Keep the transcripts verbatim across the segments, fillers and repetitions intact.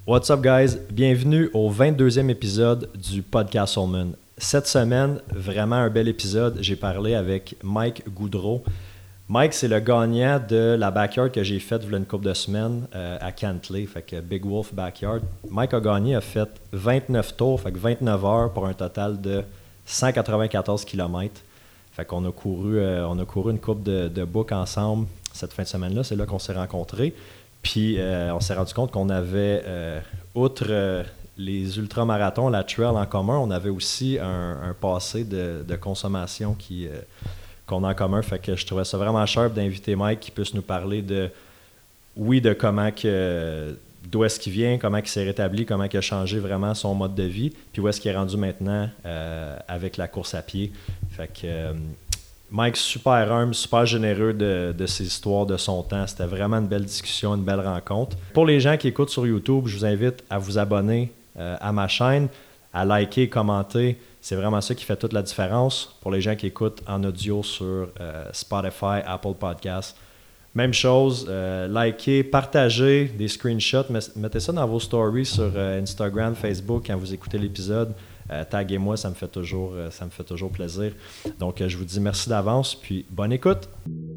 What's up guys? Bienvenue au vingt-deuxième épisode du podcast Soulman. Cette semaine, vraiment un bel épisode. J'ai parlé avec Mike Goudreau. Mike, c'est le gagnant de la backyard que j'ai faite il y a une couple de semaines euh, à Cantley, fait que Big Wolf Backyard. Mike a gagné, a fait vingt-neuf tours, fait que vingt-neuf heures pour un total de cent quatre-vingt-quatorze kilomètres. Fait qu'on a couru, euh, on a couru une couple de, de boucles ensemble cette fin de semaine-là. C'est là qu'on s'est rencontrés. Puis euh, on s'est rendu compte qu'on avait, euh, outre euh, les ultramarathons, la trail en commun, on avait aussi un, un passé de, de consommation qui... Euh, qu'on a en commun, fait que je trouvais ça vraiment sharp d'inviter Mike qui puisse nous parler de, oui, de comment que, d'où est-ce qu'il vient, comment il s'est rétabli, comment il a changé vraiment son mode de vie, puis où est-ce qu'il est rendu maintenant euh, avec la course à pied. Fait que euh, Mike, super humble, super généreux de, de ses histoires, de son temps. C'était vraiment une belle discussion, une belle rencontre. Pour les gens qui écoutent sur YouTube, je vous invite à vous abonner euh, à ma chaîne, à liker, commenter. C'est vraiment ça qui fait toute la différence pour les gens qui écoutent en audio sur euh, Spotify, Apple Podcasts. Même chose, euh, likez, partagez des screenshots, mettez ça dans vos stories sur euh, Instagram, Facebook quand vous écoutez l'épisode. Euh, taguez-moi, ça me fait toujours, euh, ça me fait toujours plaisir. Donc, euh, je vous dis merci d'avance, puis bonne écoute!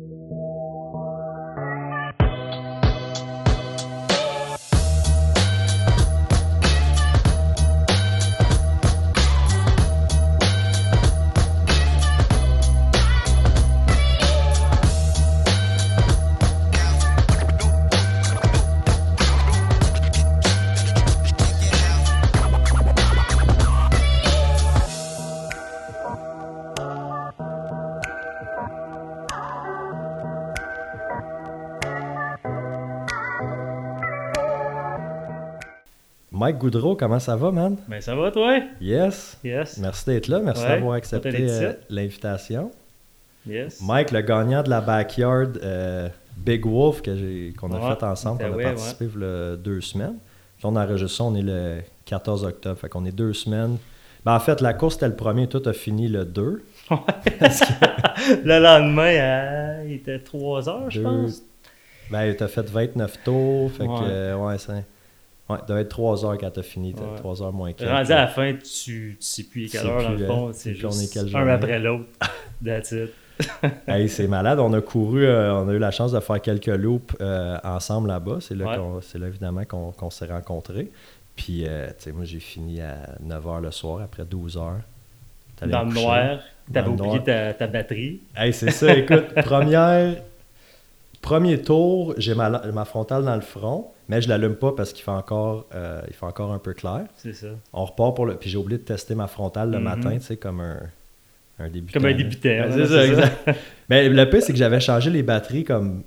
Mike Goudreau, comment ça va, man? Ben ça va, toi? Yes. Yes. Merci d'être là. Merci ouais, d'avoir accepté euh, l'invitation. Yes. Mike, le gagnant de la backyard euh, Big Wolf que j'ai, qu'on a ouais, fait ensemble, qu'on a ouais, participé il y a deux semaines. Puis on enregistre ça, on est le quatorze octobre, fait qu'on est deux semaines. Ben, en fait, la course était le premier, tout a fini le deux. Ouais. que... le lendemain, euh, il était trois heures, je pense. Ben, t'as fait vingt-neuf tours, fait ouais. que, euh, ouais, c'est... Ouais, ça doit être trois heures quand t'as fini, t'as ouais. trois heures moins quatre. Rendu à la fin, tu, tu sais plus quelle heure dans le fond, c'est juste un journée. Après l'autre. That's it. Hey, c'est malade, on a couru, euh, on a eu la chance de faire quelques loops euh, ensemble là-bas, c'est là, ouais. qu'on, c'est là évidemment qu'on, qu'on s'est rencontrés. Puis, euh, tu sais, moi j'ai fini à neuf heures le soir, après douze heures. Dans le noir, t'avais oublié ta, ta batterie. Hey, c'est ça, écoute, première... Premier tour, j'ai ma, ma frontale dans le front, mais je l'allume pas parce qu'il fait encore, euh, il fait encore un peu clair. C'est ça. On repart pour le... Puis j'ai oublié de tester ma frontale le mm-hmm. matin, tu sais, comme un, un débutant. Comme un débutant. Ben, c'est, c'est ça, exact. Mais le pire, c'est que j'avais changé les batteries comme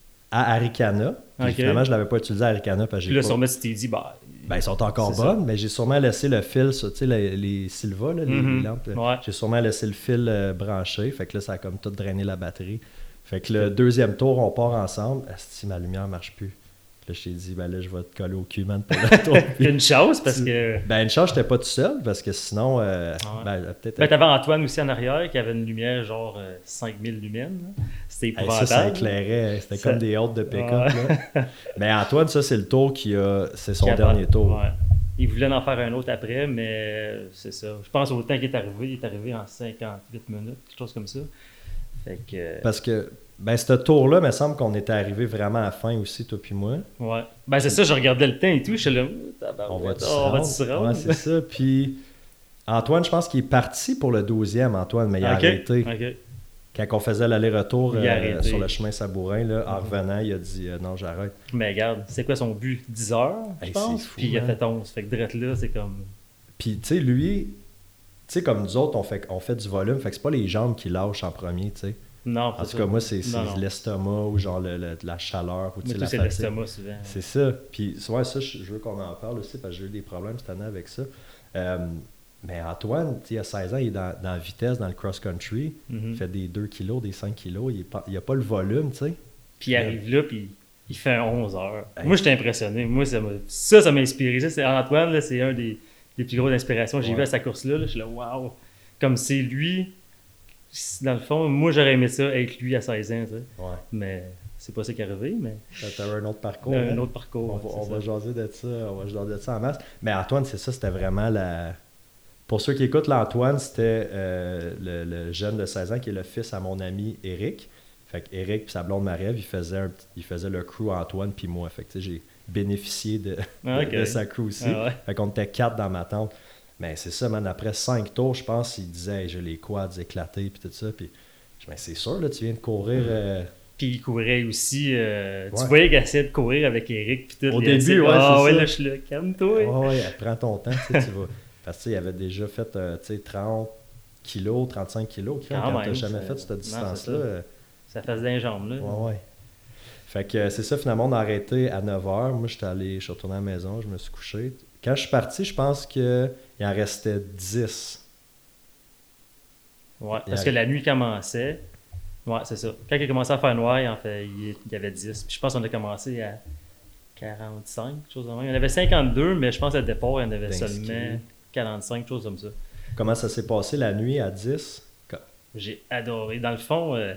à Arikana. Puis okay. Finalement, je l'avais pas utilisé à Arikana parce que j'ai puis là, pas... sûrement, tu t'es dit, bah... Ben, ils sont encore c'est bonnes, ça. Mais j'ai sûrement laissé le fil, tu sais, les, les Silva, là, les, mm-hmm. les lampes. Ouais. J'ai sûrement laissé le fil euh, branché, fait que là, ça a comme tout drainé la batterie. Fait que le deuxième tour, on part ensemble. Si ma lumière marche plus. Là, je t'ai dit, ben là, je vais te coller au cul, man, pour le tour. Une chance, parce que... Ben, une chance, j'étais pas tout seul, parce que sinon, euh, ouais. ben, peut-être... Ben, t'avais Antoine aussi en arrière, qui avait une lumière genre euh, cinq mille lumens. Là. C'était épouvantable. Hey, ça, ça éclairait. C'était ça... comme des hôtes de pick-up, ouais. Là. Mais Antoine, ça, c'est le tour qui a... C'est son qui dernier a... tour. Ouais. Il voulait en faire un autre après, mais c'est ça. Je pense au temps qu'il est arrivé, il est arrivé en cinquante-huit minutes, quelque chose comme ça. Fait que... Parce que, ben, ce tour-là, il me semble qu'on était arrivé vraiment à la fin aussi, toi puis moi. Ouais. Ben, c'est ça, je regardais le temps et tout, je suis là, on va se rendre. Ouais, c'est ça. Puis, Antoine, je pense qu'il est parti pour le douzième, Antoine, mais il a okay. arrêté. Okay. Quand on faisait l'aller-retour euh, sur le chemin Sabourin, là, en revenant, il a dit euh, non, j'arrête. Mais regarde, c'est quoi son but? dix heures, je hey, pense? Fou, puis il a fait onze. Fait que direct là, c'est comme... Puis, tu sais, lui, tu sais, comme nous autres, on fait, on fait du volume, fait que c'est pas les jambes qui lâchent en premier, tu sais. Non, en tout cas, moi, c'est, c'est non, l'estomac ou genre le, le, la chaleur. Ou, mais tout, la c'est fatigue. L'estomac souvent. C'est ça. Puis, ouais, ça, je veux qu'on en parle aussi parce que j'ai eu des problèmes cette année avec ça. Euh, mais Antoine, il a seize ans, il est dans, dans la vitesse, dans le cross-country. Mm-hmm. Il fait des deux kilos, des cinq kilos. Il n'a pas le volume, tu sais. Puis il arrive là, puis il fait onze heures. Hey. Moi, j'étais impressionné. Moi, ça m'a, ça, ça m'a inspiré. Ça, c'est, Antoine, là, c'est un des, des plus grosses inspirations que j'ai ouais. vu à sa course-là. Là. Je suis là, waouh! Comme c'est lui... Dans le fond, moi, j'aurais aimé ça être lui à seize ans, tu sais. Ouais. Mais c'est pas ça qui est arrivé, mais... Tu avais un autre parcours. Un hein? autre parcours, On, va, c'est on ça. va jaser de ça, on va jaser de ça en masse. Mais Antoine, c'est ça, c'était vraiment la... Pour ceux qui écoutent, l'Antoine, c'était euh, le, le jeune de seize ans qui est le fils à mon ami Eric. Fait que Eric et sa blonde Marie-Ève, ils faisaient, un petit- ils faisaient le crew Antoine puis moi. Fait que tu sais, j'ai bénéficié de, Ah, de- ok. de sa crew aussi. Ah ouais. Fait qu'on était quatre dans ma tente. Mais c'est ça, man. Après cinq tours, je pense, il disait hey, j'ai les quads éclatés puis tout ça. Puis je dis, ben, c'est sûr, là, tu viens de courir. euh, Puis il courait aussi. euh, Ouais. Tu voyais qu'il essayait de courir avec Eric. Puis tout, Au il début, essayait- ouais, Ah c'est ouais, ça. là, je suis là, calme-toi. Ouais, ouais, prends ton temps, tu sais, tu vas. Parce que tu sais, il avait déjà fait euh, tu sais, trente kilos, trente-cinq kilos. Quand, Quand quand t'as même, jamais ça- fait cette non, distance-là. c'est ça. euh, Ça faisait dans les jambes, là. Ouais, ouais. Fait que euh, c'est ça, finalement, on a arrêté à neuf heures. Moi, j'étais allé, je suis retourné à la maison, je me suis couché. Quand je suis parti, je pense qu'il en restait dix. Ouais, Il parce y que a- la nuit commençait. Ouais, c'est ça. Quand il a commencé à faire noir, en fait, il il y avait dix. Puis je pense qu'on a commencé à quarante-cinq, chose comme ça. Il y en avait cinquante-deux, mais je pense à le départ, il y en avait D'inscrits. seulement quarante-cinq, choses comme ça. Comment ça s'est passé la nuit à dix? Co- J'ai adoré. Dans le fond, euh,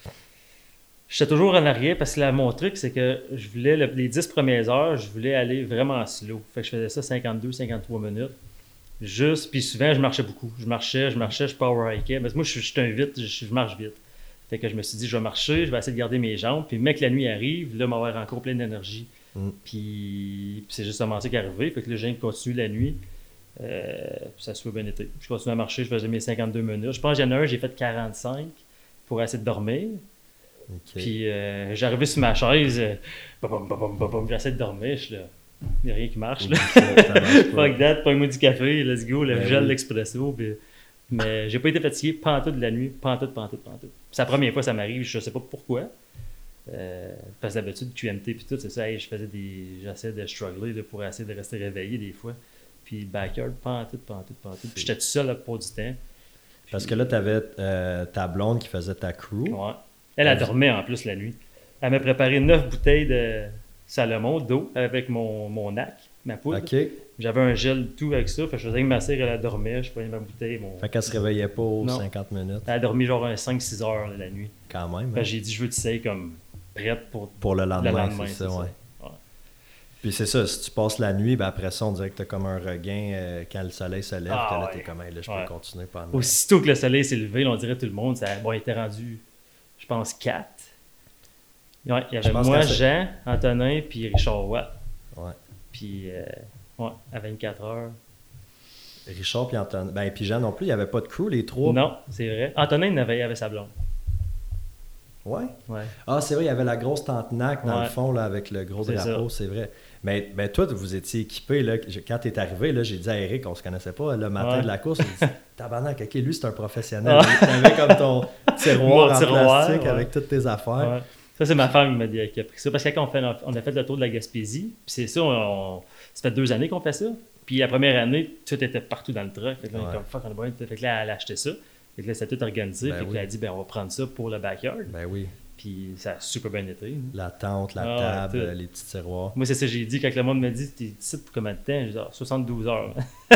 j'étais toujours en arrière parce que là, mon truc, c'est que je voulais, le- les dix premières heures, je voulais aller vraiment slow. Fait que je faisais ça cinquante-deux cinquante-trois minutes. Juste, puis souvent, je marchais beaucoup. Je marchais, je marchais, je power hikais. Parce que moi, je, suis- je suis un vite, je, je marche vite. Fait que je me suis dit, je vais marcher, je vais essayer de garder mes jambes. Puis, mec, la nuit arrive, là, m'avoir encore plein d'énergie. Mm. Puis, puis c'est justement ça qui est arrivé. Fait que là, j'ai continué la nuit. Euh, puis ça se fait bien été. Je continuais à marcher, je faisais mes cinquante-deux minutes. Je pense qu'il y en a un, j'ai fait quarante-cinq pour essayer de dormir. Ok. Puis euh, j'arrivais sur ma chaise, euh, bam, bam, bam, bam, bam, j'essaie de dormir, je suis là. Il n'y a rien qui marche. Là. Oublie ça, ça marche pas. Fuck that, pas-moi du café, let's go, le Ben gel, oui. l'expresso. Puis... Mais j'ai pas été fatigué pantoute de la nuit, pantoute, pantoute, pantoute. C'est la première fois que ça m'arrive, je sais pas pourquoi. Euh, parce que d'habitude, Q M T puis tout, c'est ça, hey, je faisais des. J'essayais de struggler là, pour essayer de rester réveillé des fois. Puis backyard, pantoute, pantoute, pantoute. Puis j'étais tout seul là, pour du temps. Parce que là, tu avais ta blonde qui faisait ta crew. Ouais. Elle, elle dormait en plus la nuit. Elle m'a préparé neuf bouteilles de Salomon d'eau avec mon, mon N A C, ma poudre. OK. J'avais un gel tout avec ça. Fait que je faisais que ma sœur, elle, elle dormait. Je prenais ma bouteille. Mon... Fait qu'elle se réveillait pas aux Non. cinquante minutes. Elle a dormi genre un cinq six heures là, la nuit. Quand même. Fait hein. que j'ai dit, je veux que tu sais comme prête pour Pour le lendemain, le lendemain. c'est ça, c'est ça. ouais. Ouais. Puis c'est ça, si tu passes la nuit, ben après ça, on dirait que t'as comme un regain euh, quand le soleil se lève, Ah que là, ouais. t'es comme, hey, là, je Ouais. peux continuer pendant. Aussitôt que le soleil s'est levé, là, on dirait tout le monde, ça, bon, il était rendu, je pense, quatre. Ouais, il y Je avait pense moi, qu'à ce- Jean, Antonin, puis Richard Watt. Ouais. Puis, euh, ouais, à vingt-quatre heures. Richard puis Antoine. Ben, puis Jean non plus, il n'y avait pas de crew, les trois. Non, c'est vrai. Antonin, il avait, il avait sa blonde. Ouais. Ouais. Ah, c'est vrai, il y avait la grosse tente N A C dans Ouais. le fond, là, avec le gros C'est drapeau, c'est vrai. Mais ben, toi, vous étiez équipé, là. Je- Quand t'es arrivé, là, j'ai dit à Eric, on se connaissait pas, le matin Ouais. de la course, il dit, tabarnak, ok, lui, c'est un professionnel. T'avais comme ton tiroir Mon en tiroir, plastique ouais. avec toutes tes affaires. Ouais. Ça, c'est ma femme qui m'a dit, qui a pris ça. Parce que quand on, fait, on a fait le tour de la Gaspésie, puis c'est ça, on, ça fait deux années qu'on fait ça. Puis la première année, tout était partout dans le truck. Fait que là, on Ouais. est comme fuck, on a besoin de- Fait que là, elle a acheté ça. Fait que là, c'était tout organisé. Ben fait que oui. là, elle a dit, ben, on va prendre ça pour le backyard. Ben oui, Puis ça a super bien été. la tente, la Ah, table, tout. euh, les petits tiroirs. Moi, c'est ça que j'ai dit quand le monde m'a dit, t'es ici pour combien de temps? J'ai dit, ah, soixante-douze heures.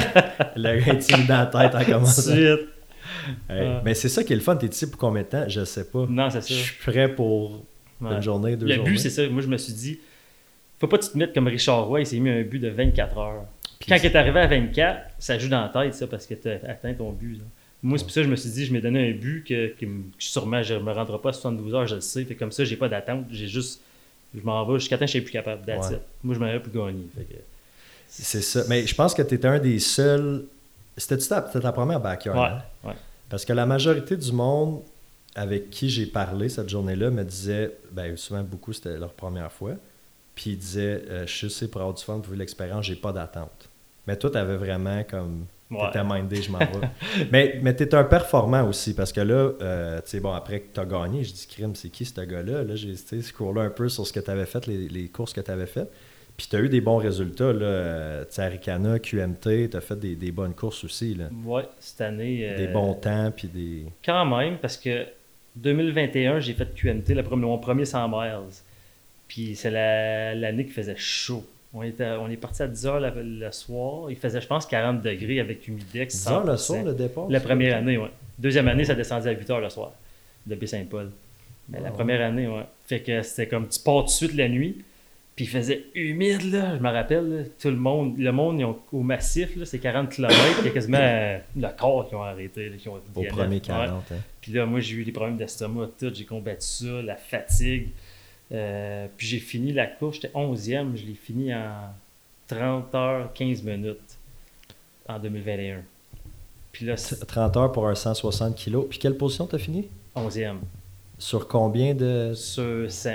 Le intimidant en tête en Tout de commençant. suite. Hey, Ah. Mais c'est ça qui est le fun, t'es ici pour combien de temps? Je sais pas. Non, c'est Je ça. suis prêt pour Ouais. une journée, deux Le journées. but, c'est ça. Moi, je me suis dit, faut pas que tu te mettes comme Richard Roy, il s'est mis un but de vingt-quatre heures. Puis Quand c'est- il est arrivé à vingt-quatre, ça joue dans la tête, ça, parce que tu as atteint ton but. là. Moi, c'est pour ça que je me suis dit, je m'ai donné un but que, que m- que sûrement je ne me rendrai pas à soixante-douze heures, je le sais. Fait comme ça, j'ai pas d'attente. J'ai juste, je m'en vais jusqu'à temps que je suis plus capable. That's Ouais. it. Moi, je m'aurais pu gagner. Fait que- C'est ça. Mais je pense que tu étais un des seuls. C'était-tu ta, c'était ta première backyard? Ouais, hein? ouais. Parce que la majorité du monde avec qui j'ai parlé cette journée-là me disait, ben souvent beaucoup c'était leur première fois, puis ils disaient, euh, je sais pour avoir du fun, pour vivre l'expérience, j'ai pas d'attente. Mais toi, tu avais vraiment comme. Ouais. T'étais mindé, je m'en vais. mais mais tu es un performant aussi, parce que là, euh, tu sais, bon, après que tu as gagné, je dis, crime, c'est qui ce gars-là? Là, j'ai tu sais, scrollé un peu sur ce que tu avais fait, les, les courses que tu avais faites. Puis tu as eu des bons résultats, là. euh, Tu sais, Arikana, Q M T, tu as fait des, des bonnes courses aussi, là. Ouais, cette année. euh, Des bons temps, puis des. Quand même, parce que deux mille vingt et un, j'ai fait Q M T, le premier, mon premier cent miles. Puis c'est la- l'année qui faisait chaud. On, était, on est parti à dix heures le, le soir. Il faisait, je pense, quarante degrés avec humidex. dix heures le cent pour cent. soir, le départ? La ça? première année, oui. Deuxième année, ça descendait à huit heures le soir, depuis Saint-Paul. Mais Ouais, la ouais. première année, ouais. Fait que c'était comme tu pars tout de suite la nuit, puis il faisait humide, là. Je me rappelle, là, tout le monde, le monde, ils ont, au massif, là, c'est quarante kilomètres, il y a quasiment euh, le corps qui ont arrêté, là, qui ont Au D N F. premier Ouais. quarante, hein. Puis là, moi, j'ai eu des problèmes d'estomac, tout, j'ai combattu ça, la fatigue. Euh, puis j'ai fini la course, j'étais onzième, je l'ai fini en trente heures, quinze minutes en deux mille vingt et un. Puis là, c'est trente heures pour un cent soixante kilos. Puis quelle position t'as fini? onzième Sur combien de... sur cent.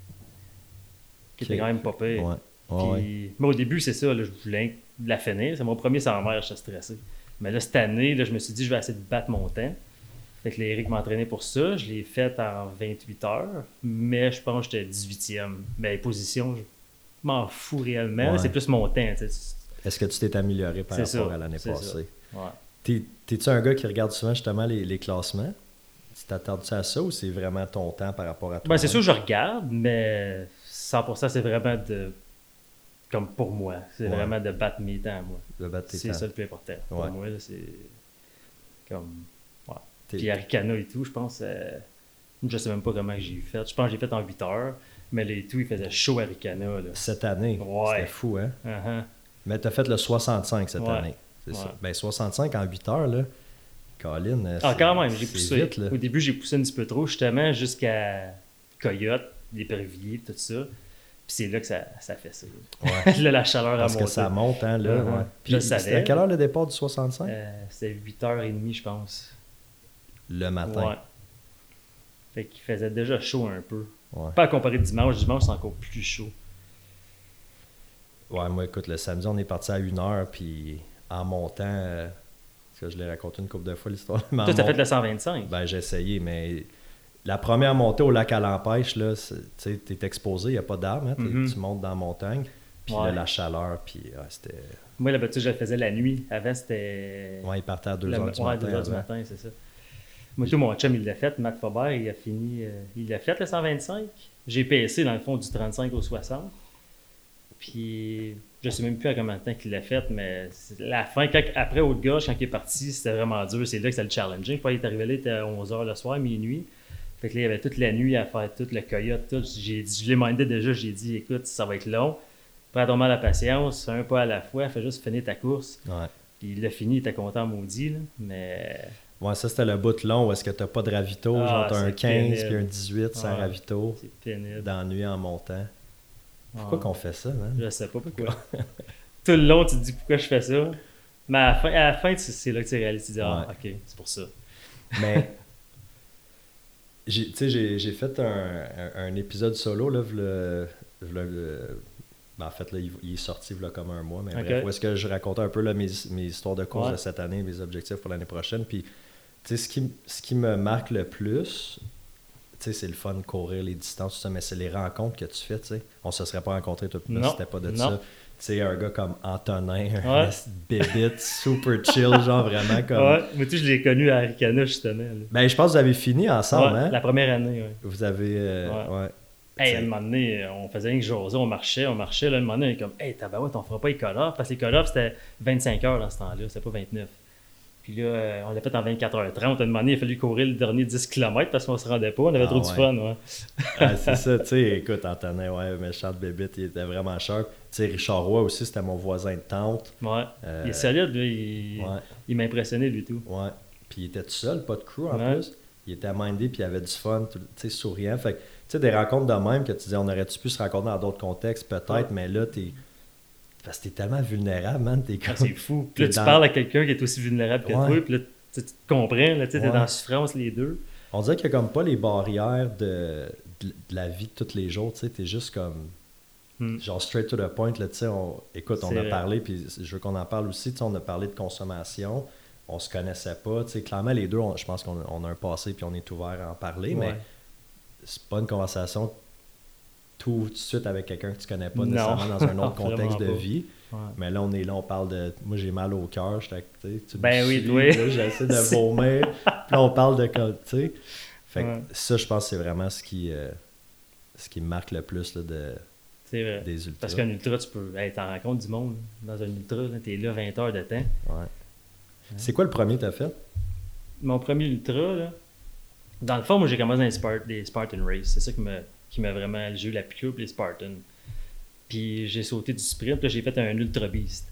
Qui était Ok. quand même pas pire. Ouais. Puis, Ouais, ouais. mais au début, c'est ça, là, je voulais la finir. C'est mon premier sans mer, j'étais stressé. Mais là, cette année, là, je me suis dit, je vais essayer de battre mon temps. Fait que l'Éric m'a entraîné pour ça. Je l'ai fait en vingt-huit heures, mais je pense que j'étais dix-huitième. Mais position, je m'en fous réellement. Ouais. C'est plus mon temps. Tu sais. Est-ce que tu t'es amélioré par C'est rapport ça, à l'année c'est passée? Ouais. T'es, t'es-tu un gars qui regarde souvent justement les, les classements? Tu t'attardes-tu à ça ou c'est vraiment ton temps par rapport à toi? Ben, c'est sûr que je regarde, mais cent pour cent, c'est vraiment de. Comme pour moi. C'est Ouais. vraiment de battre mes temps, moi. De battre tes C'est temps. ça le plus important. Pour Ouais. moi, là, c'est. Comme. Ouais. T'es- Puis Arikana et tout, je pense. Euh... Je sais même pas comment j'ai fait. Je pense que j'ai fait en huit heures, mais les tout, il faisait chaud à Arikana. Là. Cette année, Ouais. c'était fou, hein? Uh-huh. Mais t'as fait le soixante-cinq cette Ouais. année. C'est Ouais. ça. Ben soixante-cinq en huit heures, là. Colin, euh, Ah, c'est- quand même, j'ai c'est poussé. vite, là. Au début, j'ai poussé un petit peu trop, justement, jusqu'à Coyote, l'épervier, tout ça. Puis c'est là que ça, ça fait ça. Ouais. Là, la chaleur Parce a que monté. ça monte, hein, là. Uh-huh. Ouais. Je le Puis, savais. c'était à quelle heure le départ du soixante-cinq? Euh, C'était huit heures trente, je pense. Le matin. Ouais. Fait qu'il faisait déjà chaud un peu. Ouais. Pas à comparer de dimanche. Dimanche, c'est encore plus chaud. Ouais, moi, écoute, le samedi, on est parti à une heure, puis en montant, euh, parce que je l'ai raconté une couple de fois l'histoire. mais en Toi, t'as mont- fait le cent vingt-cinq. Ben, j'ai essayé, mais la première montée au lac à l'Empêche, là, c'est- tu sais, t'es exposé, il n'y a pas d'arbre, hein, t'es- Mhm. tu montes dans la montagne, puis Ouais. là, la chaleur, puis ouais, c'était... Moi, d'habitude, je le faisais la nuit. Avant, c'était. Ouais, il partait à deux le- heures du ouais, matin. deux heures du avant. matin, c'est ça. Moi, tout mon chum, il l'a fait. Matt Faubert, il a fini. euh, il l'a fait, le cent vingt-cinq. J'ai P S C, dans le fond, du trente-cinq au soixante. Puis, je sais même plus à combien de temps qu'il l'a fait, mais c'est la fin, quand, après Haute-Gorge, quand il est parti, c'était vraiment dur. C'est là que c'était le challenging. Puis, il est arrivé là, il était à onze heures le soir, minuit. Fait que là, il y avait toute la nuit à faire tout le coyote, tout. J'ai dit, je l'ai mindé déjà, j'ai dit, écoute, ça va être long. Prends ton mal à la patience, un pas à la fois, fais juste finir ta course. Ouais. Puis il l'a fini, il était content, maudit, là. Mais. Ouais, ça, c'était le bout long où est-ce que t'as pas de ravito, Ah, genre t'as un c'est quinze pénible. puis un dix-huit sans Ouais. ravito, C'est pénible. dans la nuit en montant. Pourquoi Ouais. qu'on fait ça, man? Je sais pas pourquoi. Tout le long, tu te dis pourquoi je fais ça. Mais à la fin, à la fin tu- c'est là que tu réalises. Tu te dis, ah, ok, c'est pour ça. Mais, j'ai- tu sais, j'ai j'ai fait un, un, un épisode solo, là, v'là- v'là, euh, ben, en fait, là, il, il est sorti v'là comme un mois, mais Ok. bref, où est-ce que je racontais un peu là, mes, mes histoires de course Ouais. de cette année, mes objectifs pour l'année prochaine, puis, tu sais, ce qui, ce qui me marque le plus, tu sais, c'est le fun de courir les distances, tout ça, mais c'est les rencontres que tu fais, tu sais. On se serait pas rencontrés tout le Non. temps si c'était pas de Non. ça. Tu sais, un gars comme Antonin, Ouais. un bébite, super chill, genre vraiment comme... Ouais, mais tu sais, je l'ai connu à Arikana, justement. là. Ben, je pense que vous avez fini ensemble, Ouais, hein? la première année, ouais. Vous avez... euh, Ouais. ouais. Hey, à T'sais, un moment donné, on faisait rien que jaser, on marchait, on marchait. Là, à un moment donné, on est comme, hey, tabarouette, on fera pas les call-offs. Parce que les call-offs, c'était vingt-cinq heures dans ce temps-là, c'était pas vingt-neuf. Puis là, euh, on l'a fait en vingt-quatre heures trente. À un moment donné, il a fallu courir le dernier dix kilomètres parce qu'on se rendait pas. On avait Ah trop du ouais. fun, ouais. ah, c'est ça, tu sais, écoute, Antonin, ouais, méchant de bébite, il était vraiment sharp. Tu sais, Richard Roy aussi, c'était mon voisin de tente. Ouais. Euh, Il est solide, lui. Il, Ouais, il m'a impressionné, lui, tout. ouais. Puis il était tout seul, pas de crew en Ouais. plus. Il était mindé, puis il avait du fun, tout- tu sais, souriant. Fait que, tu sais, des rencontres de même que tu dis, on aurait-tu pu se rencontrer dans d'autres contextes, peut-être, Ouais. mais là, t'es. Parce que t'es tellement vulnérable, man. T'es Ah, comme. c'est fou. Puis là, T'es tu dans- parles à quelqu'un qui est aussi vulnérable que Ouais. toi, puis là, tu, tu te comprends, là, tu sais, t'es Ouais. dans la souffrance, les deux. On dirait qu'il n'y a comme pas les barrières de, de, de la vie de tous les jours, tu sais. T'es juste comme. Hmm. Genre straight to the point, là, tu sais, on, écoute, on C'est a vrai. parlé, puis je veux qu'on en parle aussi, tu sais, on a parlé de consommation, on se connaissait pas, tu sais, clairement les deux, on- je pense qu'on on a un passé, puis on est ouvert à en parler, mais Ouais. c'est pas une conversation tout de suite avec quelqu'un que tu connais pas Non. nécessairement dans un autre Vraiment contexte de pas. vie, Ouais. mais là, on est là, on parle de, moi j'ai mal au cœur, j'étais, tu sais, tu me Ben oui, suis, toi. là, j'essaie de vomir, puis là, on parle de, comme, tu sais, fait que Ouais. ça, je pense que c'est vraiment ce qui, euh, ce qui me marque le plus, là, de, C'est vrai. des ultras. Parce qu'un ultra, tu peux. Hey, t'en rencontres du monde là, dans un ultra, là, t'es là vingt heures de temps. Ouais. C'est quoi le premier que t'as fait? Mon premier ultra, là, Dans le fond, moi, j'ai commencé dans les, Spart- des Spartan Race. C'est ça qui m'a, qui m'a vraiment... J'ai eu la piqûre pour les Spartans. Puis j'ai sauté du sprint, puis là, j'ai fait un Ultra Beast.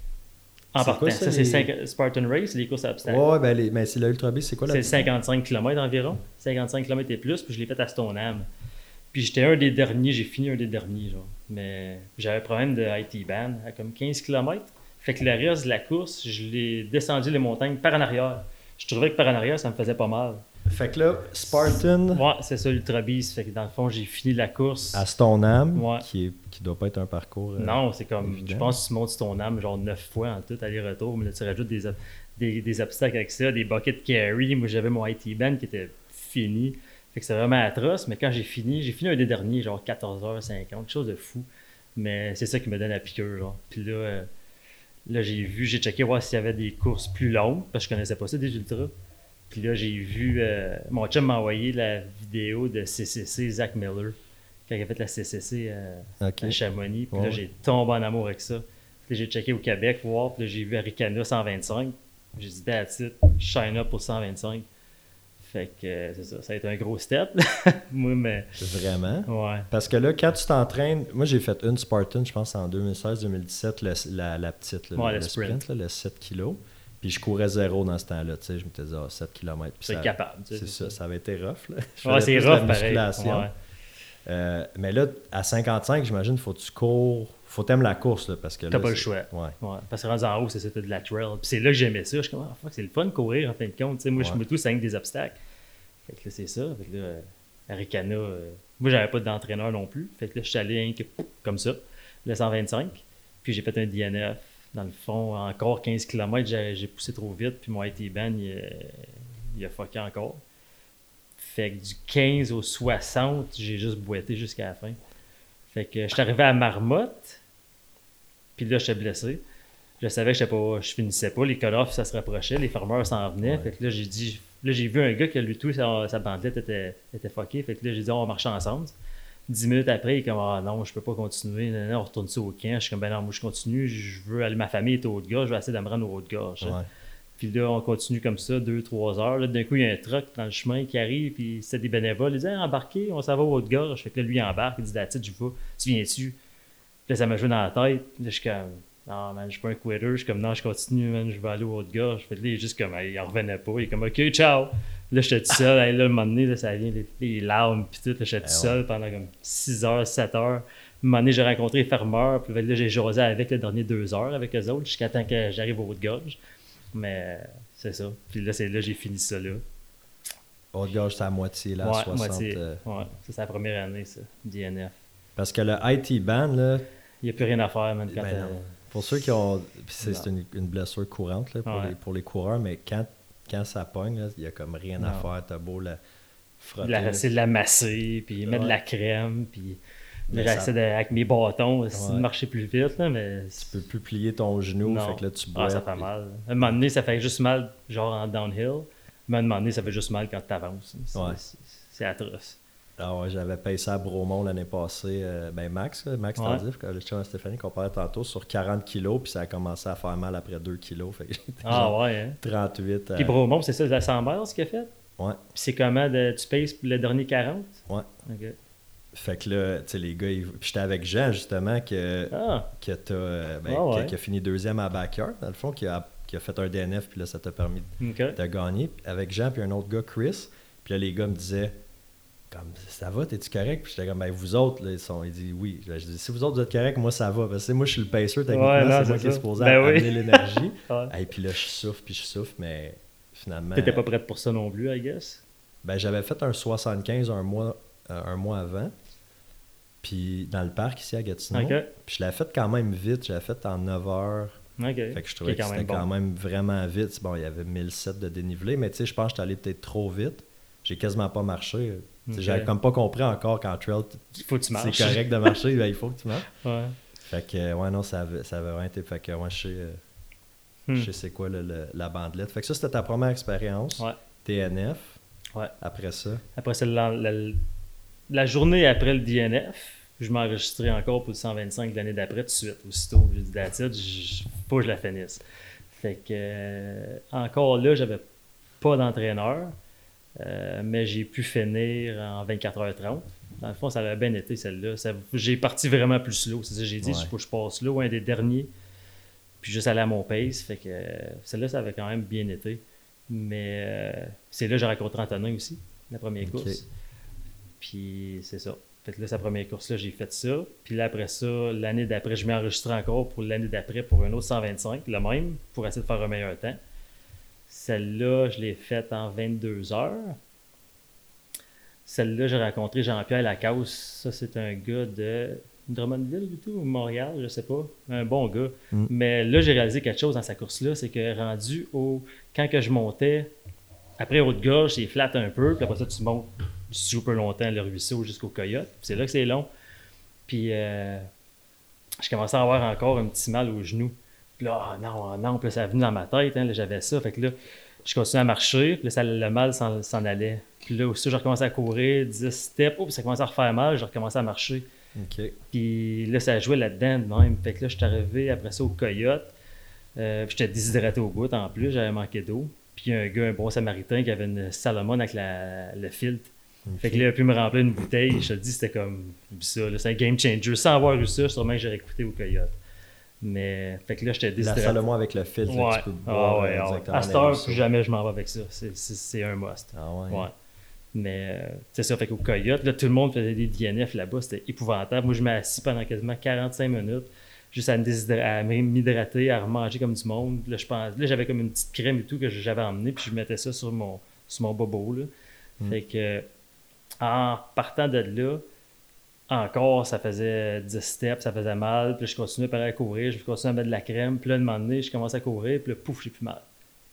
En C'est partant. quoi, ça, ça, c'est les- cinq Spartan Race, les courses à obstacles. Ouais, ben, les, ben c'est le Ultra Beast, c'est quoi la C'est cinquante-cinq kilomètres environ. cinquante-cinq kilomètres et plus, puis je l'ai fait à Stoneham. Puis j'étais un des derniers, j'ai fini un des derniers, genre. Mais j'avais un problème de I T ban à comme quinze kilomètres. Fait que le reste de la course, je l'ai descendu les montagnes par en arrière. Je trouvais que par en arrière, ça me faisait pas mal. Fait que là, Spartan Ouais, c'est ça, l'Ultra Beast. Fait que dans le fond, j'ai fini la course. à Stoneham, Ouais. qui, est, qui doit pas être un parcours. euh, Non, c'est comme, évident. je pense que tu montes sur ton âme genre neuf fois en tout, aller-retour, mais là tu rajoutes des, ob- des, des obstacles avec ça, des buckets carry. Moi j'avais mon I T band qui était fini. Fait que c'est vraiment atroce, mais quand j'ai fini, j'ai fini un des derniers, genre quatorze heures cinquante, quelque chose de fou. Mais c'est ça qui me donne la piqûre, genre. Puis là, euh, là j'ai vu, j'ai checké voir s'il y avait des courses plus longues, parce que je connaissais pas ça des ultras. Puis là, j'ai vu, euh, mon chum m'a envoyé la vidéo de C C C Zach Miller, quand il a fait la C C C euh, Ok. à Chamonix. Puis Ouais. là, j'ai tombé en amour avec ça. Puis là, j'ai checké au Québec pour voir. Puis là, j'ai vu Arikana cent vingt-cinq. J'ai dit, that's it, shine up pour cent vingt-cinq. Fait que euh, c'est ça, ça a été un gros step. Moi, mais. Vraiment? Ouais. Parce que là, quand tu t'entraînes, moi j'ai fait une Spartan, je pense en deux mille seize deux mille dix-sept, le- la, la petite, là, Ouais, le, le le sprint. sprint, là, le sept kilos. Puis je courais zéro dans ce temps-là, tu sais, je m'étais dit, ah, sept kilomètres. Puis C'est ça- capable. tu sais, C'est ça, ça avait été rough. Là. Je Ouais, faisais c'est plus de la rough pareil. musculation. Ouais. Euh, mais là, à cinquante-cinq, j'imagine, faut que tu cours, faut t'aimer la course, là, parce que T'as là, pas le c'est- choix. Ouais. Ouais. Parce que rendu en haut, c'est ça, t'as de la trail. Puis c'est là que j'aimais ça. Je suis comme, ah, fuck, c'est le fun de courir en fin de compte. Tu sais, moi, je Ouais. me touche avec des obstacles. Fait que là, c'est ça. Fait que là, euh, Arikana, euh, moi, j'avais pas d'entraîneur non plus. Fait que là, je suis allé hein, que- comme ça, le cent vingt-cinq. Puis j'ai fait un D N F. Dans le fond, encore quinze kilomètres, j'ai, j'ai poussé trop vite. Puis mon I T band, il, a- il a fucké encore. Fait que du quinze au soixante, j'ai juste boité jusqu'à la fin. Fait que je suis arrivé à Marmotte. Puis là, j'étais blessé. Je savais que j'étais pas, je finissais pas. Les cut-offs, ça se rapprochait. Les farmers s'en venaient. Ouais. Fait que là, j'ai dit... Là, j'ai vu un gars qui, lui, tout, sa, sa bandelette était, était fuckée. Fait que là, j'ai dit, on va marcher ensemble. Dix minutes après, il est comme, ah non, je peux pas continuer. Non, non, on retourne ça au camp. Je suis comme, ben non, moi, je continue. Je veux aller, ma famille est au Haut-de-Gorge. Je vais essayer de me rendre au Haut-de-Gorge. Ouais. Puis là, on continue comme ça, deux, trois heures. Là, d'un coup, il y a un truck dans le chemin qui arrive. Puis c'était des bénévoles. Il dit, hey, embarquez, on s'en va au Haut-de-Gorge. Fait que là, lui, il embarque. Il dit, la titre, je vais. Tu viens-tu? Puis là, ça m'a joué dans la tête. Là, je suis comme, non, man, je suis pas un quitter. Je suis comme, non, je continue, man, je vais aller au Haut-de-Gorge. Fait que là, il est juste comme, il en revenait pas. Il est comme, OK, ciao. Là, j'étais tout seul. Hey, là, le moment donné, là, ça vient, les, les larmes, puis tout. Là, j'étais tout Eh seul pendant comme six heures, sept heures. Un moment donné, j'ai rencontré les fermeurs. Puis là, j'ai jasé avec les derniers deux heures avec eux autres jusqu'à temps que j'arrive au Haut-de-Gorge. Mais c'est ça. Puis là, c'est là j'ai fini ça là. Haute-Gorge, c'est à moitié, là, à Ouais, soixante. moitié. euh, Ouais, ça, c'est la première année, ça, D N F. Parce que le I T band, là, Il n'y a plus rien à faire, man. Quand Ben t'as- non. pour ceux qui ont. puis C'est Non. c'est une, une blessure courante là, pour, Ouais. les, pour les coureurs, mais quand, quand ça pogne, là, il n'y a comme rien à Non. faire. T'as beau la frotter. la- là. c'est de la masser, puis mettre de la Ouais. crème, puis Mais là, ça- j'essaie de, avec mes bâtons, essayer Ouais. de marcher plus vite, là, mais... Tu peux plus plier ton genou, Non. fait que là tu Ah, bois. ça fait mal. À un moment donné, ça fait juste mal, genre en downhill, mais à un moment donné, ça fait juste mal quand tu avances. C'est, Ouais. c'est- c'est atroce. Ah ouais, j'avais payé ça à Bromont l'année passée. euh, ben Max, là, Max Ouais. Tardif, le chum à Stéphanie qu'on parlait tantôt, sur quarante kilos, puis ça a commencé à faire mal après deux kilos. Fait que j'étais Ah genre ouais, hein? trente-huit. euh, Puis Bromont, c'est ça, la cent miles qu'il a fait? Ouais, Puis c'est comment de, tu payes pour le dernier quarante? ouais. OK. Fait que là, tu sais, les gars, ils- puis j'étais avec Jean justement, que, Ah, que t'as, euh, ben, Ah ouais. qui, qui a fini deuxième à Backyard, dans le fond, qui a, qui a fait un D N F, puis là, ça t'a permis OK. de gagner. Avec Jean, puis un autre gars, Chris. Puis là, les gars me disaient, comme, ça va, t'es-tu correct? Puis j'étais comme, ben, vous autres, là, ils sont. Il dit, oui. Je dis, si vous autres, vous êtes correct, moi, ça va. Parce que moi, je suis le pacer, techniquement, Ouais, non, c'est moi c'est qui est ça. supposé Ben oui. amener l'énergie. Ouais. Et puis là, je souffle, puis je souffle, mais finalement. T'étais pas prête pour ça non plus, I guess? Ben, j'avais fait un soixante-quinze un mois, euh, un mois avant. Puis dans le parc ici à Gatineau. OK. Puis je l'avais fait quand même vite. Je l'avais fait en neuf heures. OK. Fait que je trouvais Qui est que quand c'était même quand bon. même vraiment vite. Bon, il y avait mille sept de dénivelé, mais tu sais, je pense que j'étais allé peut-être trop vite. J'ai quasiment pas marché. Tu sais, Ok. J'avais comme pas compris encore qu'en trail, t- Il faut que tu marches. c'est correct de marcher, ben, il faut que tu marches. Ouais. Fait que, euh, ouais, non, ça avait, ça avait vraiment été. Fait que, ouais, je sais, euh, Hmm. je sais c'est quoi le- le- la bandelette. Fait que ça, c'était ta première expérience. Ouais. T N F. Ouais. Après ça. Après ça, la, la- la journée après le D N F, je m'enregistrais encore pour le cent vingt-cinq de l'année d'après, tout de suite, aussitôt. J'ai dit, that's it, j- faut que je la finisse. Fait que, euh, encore là, j'avais pas d'entraîneur. Euh, mais j'ai pu finir en vingt-quatre heures trente. Dans le fond, ça avait bien été celle-là. Ça, j'ai parti vraiment plus slow. C'est ça que j'ai dit, il faut que je passe slow, un des derniers. Puis juste aller à mon pace. Fait que euh, celle-là, ça avait quand même bien été. Mais euh, c'est là que j'ai rencontré Antonin aussi, la première okay. course. Puis c'est ça. Fait que là, sa première course-là, j'ai fait ça. Puis là, après ça, l'année d'après, je m'ai enregistré encore pour l'année d'après pour un autre cent vingt-cinq, le même, pour essayer de faire un meilleur temps. Celle-là, je l'ai faite en vingt-deux heures. Celle-là, j'ai rencontré Jean-Pierre Lacasse. Ça, c'est un gars de Drummondville du tout, ou Montréal, je sais pas. Un bon gars. Mm. Mais là, j'ai réalisé quelque chose dans sa course-là, c'est que rendu au... Quand que je montais, après Haute-Gorge, c'est flat un peu, puis après ça, tu montes super longtemps le ruisseau jusqu'au Coyote. Puis c'est là que c'est long. Puis euh, je commençais à avoir encore un petit mal au genou. Puis là, oh non, oh non, puis là, ça a venu dans ma tête, hein, là, j'avais ça. Fait que là, je continuais à marcher, puis là, ça, le mal s'en, s'en allait. Puis là aussi, j'ai recommencé à courir, dix steps, oh, puis ça commençait à refaire mal, j'ai recommencé à marcher. Okay. Puis là, ça jouait là-dedans de même. Fait que là, je suis arrivé après ça au Coyote. Euh, puis j'étais déshydraté au bout en plus, j'avais manqué d'eau. Puis il y a un gars, un bon samaritain, qui avait une Salomon avec la, le filtre. Okay. Fait que là, il a pu me remplir une bouteille. Je te le dis, c'était comme ça. Là, c'est un game changer. Sans avoir eu ça, sûrement que j'aurais écouté au Coyote. Mais, fait que là, j'étais déshydraté. La Salomon avec le filtre, ouais. là, tu peux boire ah ouais, euh, directement. À cette heure, plus jamais je m'en vais avec ça. C'est, c'est, c'est un must. Ah ouais. ouais. Mais, euh, c'est ça. Fait qu'au Coyote, là, tout le monde faisait des D N F là-bas. C'était épouvantable. Moi, je m'ai assis pendant quasiment quarante-cinq minutes. Juste à, me déshydra- à m'hydrater, à remanger comme du monde. Là, je pense, là, j'avais comme une petite crème et tout que j'avais emmenée, puis je mettais ça sur mon, sur mon bobo. Là. Mm. Fait que, en partant de là, encore, ça faisait dix steps, ça faisait mal. Puis là, je continuais par à courir, je continuais à mettre de la crème. Puis là, à un moment donné, je commençais à courir, puis là, pouf, j'ai plus mal.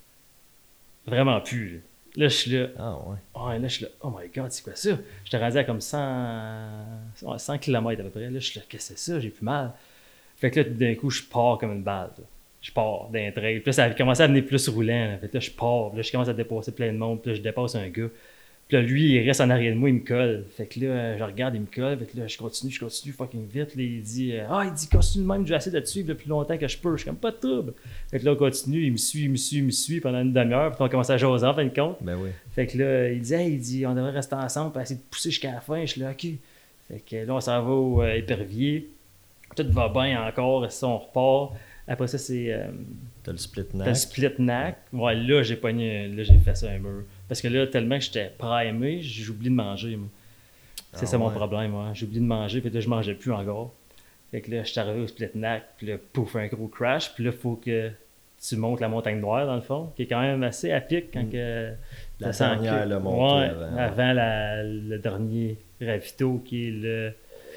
Vraiment plus. Là, là je suis là. Ah ouais. Ouais, là, je suis là. Oh my God, c'est quoi ça? J'étais rendu à comme cent, cent kilomètres à peu près. Là, je suis là, qu'est-ce que c'est ça? J'ai plus mal. Fait que là, d'un coup, je pars comme une balle. Là. Je pars d'un trail. Puis là, ça a commencé à venir plus roulant. Là. Fait que là, je pars. Puis là, je commence à dépasser plein de monde. Puis là, je dépasse un gars. Puis là, lui, il reste en arrière de moi, il me colle. Fait que là, je regarde, il me colle. Fait que là, je continue, je continue fucking vite. Là, il dit, ah, il dit, continue de même, je vais essayer de te suivre le plus longtemps que je peux. Je suis comme, pas de trouble. Fait que là, on continue, il me suit, il me suit, il me suit pendant une demi-heure. Puis on commence à jaser en fin de compte. Ben oui. Fait que là, il dit, hey, il dit, on devrait rester ensemble pour essayer de pousser jusqu'à la fin. Je suis là, OK. Fait que là, on s'en va au euh, épervier. Tout va bien encore, ça, on repart. Après ça, c'est. Euh, T'as le split neck. T'as le split neck. Ouais, là, j'ai pogné. Là, j'ai fait ça un mur. Parce que là, tellement que j'étais primé, j'ai oublié de manger. Moi. C'est ah, ça ouais. mon problème, moi. J'ai oublié de manger, puis là, je mangeais plus encore. Fait que là, je suis arrivé au split neck, puis là, pouf, un gros crash. Puis là, il faut que tu montes la montagne noire, dans le fond, qui est quand même assez à pic quand mm. que. La dernière, le monte. Ouais, avant, avant la, le dernier ravito qui est le.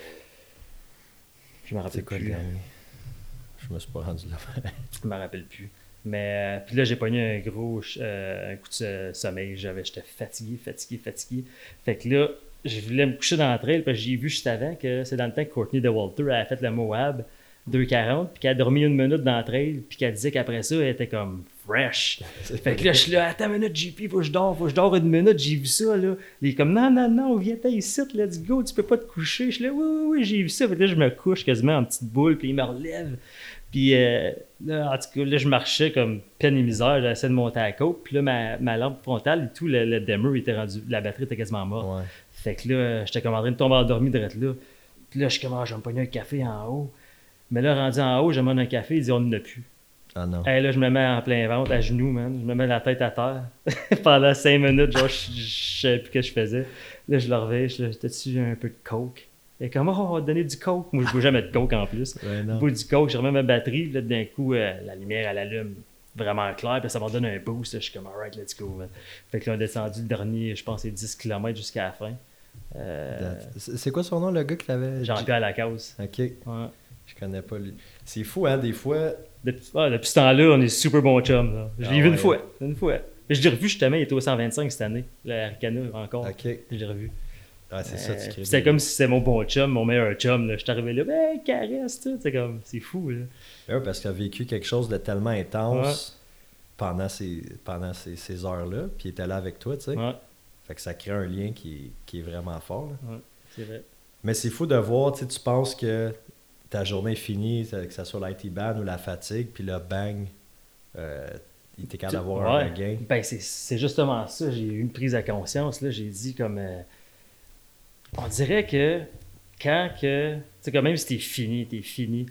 Je me rappelle quoi, plus. Le je me suis pas rendu là. Je me rappelle plus. Mais euh, puis là, j'ai pogné un gros euh, un coup de sommeil. J'avais, j'étais fatigué, fatigué, fatigué. Fait que là, je voulais me coucher dans le trail, parce que j'ai vu juste avant que c'est dans le temps que Courtney DeWalter a fait le Moab deux quarante, puis qu'elle a dormi une minute dans le trail, puis qu'elle disait qu'après ça, elle était comme fresh. Fait que là, je suis là, attends une minute, J P, faut que je dors, faut que je dors une minute, j'ai vu ça, là. Il est comme, non, non, non, viens ici, let's go, tu peux pas te coucher. Je suis là, oui, oui, oui, j'ai vu ça. Fait que là, je me couche quasiment en petite boule, puis il me relève. Puis euh, là, en tout cas, là, je marchais comme peine et misère, j'essayais de monter à la côte, puis là, ma, ma lampe frontale et tout, le, le dimmer était rendu, la batterie était quasiment morte. Ouais. Fait que là, j'étais comme en train de tomber endormi direct là. Puis là, je suis comme, ah, je vais me pogner un café en haut. Mais là, rendu en haut, je demande un café, il dit, on n'en a plus. Ah non. Et là, je me mets en plein ventre, à genoux, man. Je me mets la tête à terre. Pendant cinq minutes, genre, je, je savais plus ce que je faisais. Là, je le réveille, je dis, t'as-tu un peu de coke? Et comme, oh, on va te donner du coke. Moi, je ne veux jamais de coke en plus. Ouais, non. Au bout du coke, je remets ma batterie. Là, d'un coup, euh, la lumière, elle allume vraiment clair. Puis ça m'a donné un boost. Là, je suis comme, alright, let's go. Man. Fait que là, on a descendu le dernier, je pense, c'est dix kilomètres jusqu'à la fin. Euh... C'est quoi son nom, le gars qui l'avait? Jean-Pierre Lacasse. OK. Ouais. Je connais pas lui. C'est fou, hein, des fois. Depuis, ah, depuis ce temps-là, on est super bons chums. Là. Je l'ai ah, vu ouais. une fois. Une fois. Mais je l'ai revu justement, il était au cent vingt-cinq cette année. Le Arcana encore. OK. Je l'ai revu. Ah, c'est euh, ça, tu crées. C'était comme si c'était mon bon chum, mon meilleur chum. Là. Je suis arrivé là, ben, caresse, tout. C'est comme, c'est fou. Là. Ouais, parce qu'il a vécu quelque chose de tellement intense ouais. pendant ces, pendant ces, ces heures-là, puis il était là avec toi, tu sais. Ouais. Fait que ça crée un lien qui, qui est vraiment fort. Là. Ouais, c'est vrai. Mais c'est fou de voir, tu sais, tu penses que ta journée est finie, que ce soit l'I T band ou la fatigue, puis là, bang, euh, il était capable d'avoir ouais. un regain. Ben, c'est, c'est justement ça. J'ai eu une prise de conscience. Là. J'ai dit comme... Euh, on dirait que quand que... Tu sais, quand même si t'es fini, t'es fini,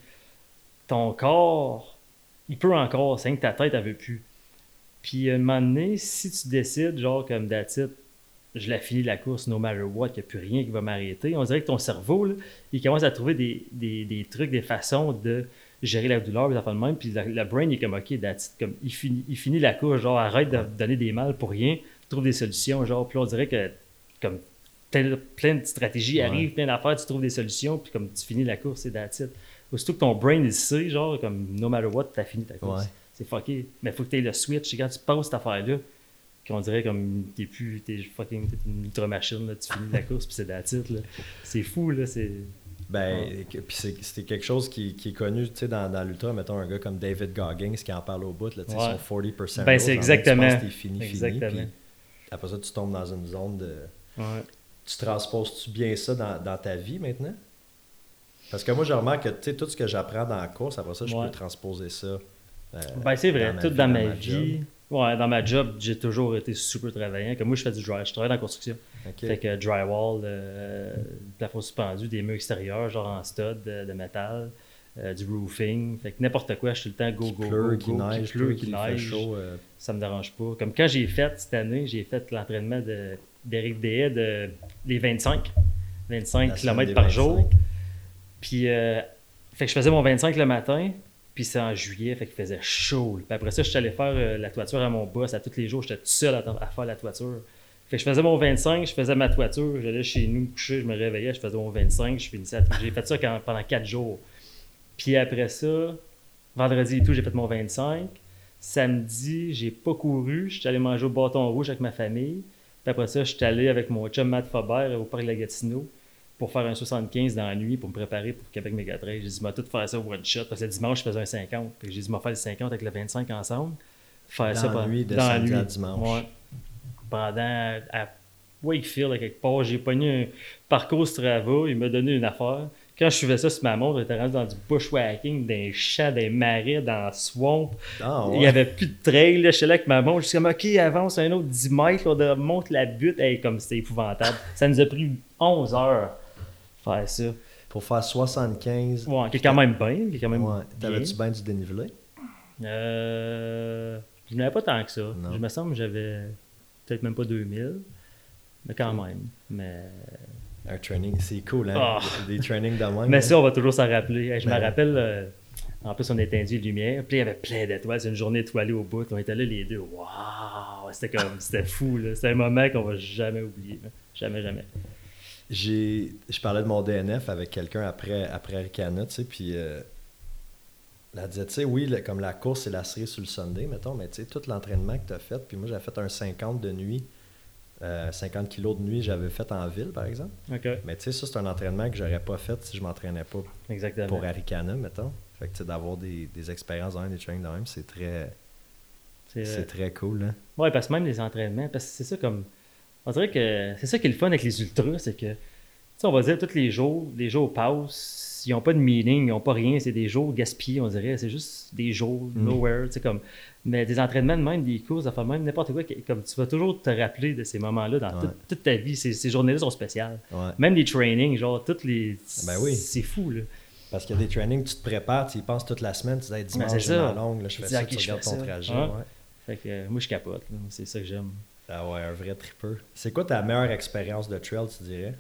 ton corps, il peut encore, c'est que ta tête, elle veut plus. Puis à un moment donné, si tu décides, genre comme that's it, je la finis la course, no matter what, il n'y a plus rien qui va m'arrêter, on dirait que ton cerveau, là, il commence à trouver des, des, des trucs, des façons de gérer la douleur, des affaires de même, puis le brain, il est comme, OK, that's it, comme, il finit, il finit la course, genre, arrête de donner des mal pour rien, trouve des solutions, genre, puis on dirait que, comme, plein, plein de stratégies ouais. arrivent, plein d'affaires, tu trouves des solutions, puis comme, tu finis la course, c'est that's it. Aussitôt que ton brain, il sait, genre, comme, no matter what, t'as fini ta course. Ouais. C'est fucké. Mais il faut que tu aies le switch. Quand tu passes cette affaire-là, qu'on dirait comme t'es plus, t'es fucking, t'es une ultra-machine, là, tu finis la course, puis c'est that's it, là. C'est fou, là. C'est... Ben, ouais. Puis c'est, c'est quelque chose qui, qui est connu, tu sais, dans, dans l'ultra, mettons un gars comme David Goggins qui en parle au bout, là, tu sais, ouais. son forty pour cent. Ben, c'est exactement. Tu penses que t'es fini, exactement. fini, puis après ça, tu tombes dans une zone de... Ouais. Tu transposes-tu bien ça dans, dans ta vie, maintenant? Parce que moi, je remarque que, tu sais, tout ce que j'apprends dans la course, après ça, je ouais. peux transposer ça. Euh, ben, c'est vrai, dans tout vie, dans, dans ma, ma vie. Job. Ouais, dans ma job, j'ai toujours été super travaillant. Comme moi, je fais du dry, je travaille dans la construction. Okay. Fait que drywall, euh, plafond suspendu, des murs extérieurs, genre en stud de, de métal, euh, du roofing. Fait que n'importe quoi, je suis tout le temps go, go, pleut, go, qui go. Neige, Qui pleut, qui, qui neige, neige. chaud, euh... Ça me dérange pas. Comme quand j'ai fait cette année, j'ai fait l'entraînement de, d'Éric Dehaye de les vingt-cinq kilomètres par vingt-cinq jour. Puis, euh, fait que je faisais mon vingt-cinq le matin. Puis c'est en juillet, fait qu'il faisait chaud. Puis après ça, je suis allé faire euh, la toiture à mon boss. À tous les jours, j'étais tout seul à, à faire la toiture. Fait que je faisais mon vingt-cinq, je faisais ma toiture, j'allais chez nous coucher, je me réveillais, je faisais mon vingt-cinq, je finissais à... J'ai fait ça quand, pendant quatre jours. Puis après ça, vendredi et tout, j'ai fait mon vingt-cinq. Samedi, j'ai pas couru, je suis allé manger au bâton rouge avec ma famille. Puis après ça, je suis allé avec mon chum Matt Faubert au parc de la Gatineau pour faire un soixante-quinze dans la nuit pour me préparer pour Québec Mégatrail. J'ai dit, m'a tout faire ça one shot. Parce que le dimanche, je faisais un cinquante. Puis j'ai dit, m'a faire le cinquante avec le vingt-cinq ensemble. Faire dans ça la nuit, de dans samedi la nuit. à dimanche. Ouais. Pendant, à Wakefield, à quelque part, j'ai pogné un parcours Strava. Il m'a donné une affaire. Quand je suivais ça sur ma montre, j'étais rendu dans du bushwhacking, dans les champs, dans les marais, dans le swamp. Oh, ouais. Il n'y avait plus de trail. Là. Je suis là avec ma montre. Je suis comme, OK, avance un autre dix mètres. On monte la butte. Hey, comme c'était épouvantable. Ça nous a pris onze heures faire ça. Pour faire soixante-quinze. Ouais, qui est quand même bien. Qui est quand même ouais. T'avais-tu bien du dénivelé? Euh, je n'avais pas tant que ça. Non. Je me semble que j'avais peut-être même pas deux mille. Mais quand même. Mais... Un training, c'est cool, hein? Oh. Des trainings de même. Mais hein? ça, on va toujours s'en rappeler. Hey, je ben... me rappelle, euh, en plus, on éteint les lumières. Puis il y avait plein d'étoiles. C'est une journée étoilée au bout. On était là les deux. Waouh! C'était comme, c'était fou, là. C'était un moment qu'on va jamais oublier. Là. Jamais, jamais. J'ai, je parlais de mon D N F avec quelqu'un après, après Arikana, tu sais, puis euh, elle disait, tu sais, oui, le, comme la course et la série sur le Sunday, mettons, mais tu sais, tout l'entraînement que tu as fait, puis moi, j'avais fait un cinquante de nuit, euh, cinquante kilos de nuit, j'avais fait en ville, par exemple. Okay. Mais tu sais, ça, c'est un entraînement que j'aurais pas fait si je m'entraînais pas Exactement. pour Arikana, mettons. Fait que tu sais, d'avoir des, des expériences dans un des trainings de même, c'est très, c'est, c'est très cool, hein. Ouais, parce que même les entraînements, parce que c'est ça comme... On dirait que c'est ça qui est le fun avec les ultras, c'est que, tu sais, on va dire tous les jours, les jours passent, ils n'ont pas de meaning, ils n'ont pas rien, c'est des jours gaspillés, on dirait, c'est juste des jours, mm. nowhere, tu sais, comme, mais des entraînements de même, des courses, enfin même n'importe quoi, comme tu vas toujours te rappeler de ces moments-là dans ouais. toute, toute ta vie, ces, ces journées-là sont spéciales. Ouais. Même les trainings, genre, toutes les... Ben oui. C'est fou, là. Parce qu'il y a des trainings, tu te prépares, tu y penses toute la semaine, tu dis, hey, dimanche, j'ai ma longue, là, je fais ça, tu regardes ton trajet. Ouais. Ouais. Fait que euh, moi, je capote, là. C'est ça que j'aime. Ah ouais, un vrai tripper. C'est quoi ta meilleure expérience de trail, tu dirais?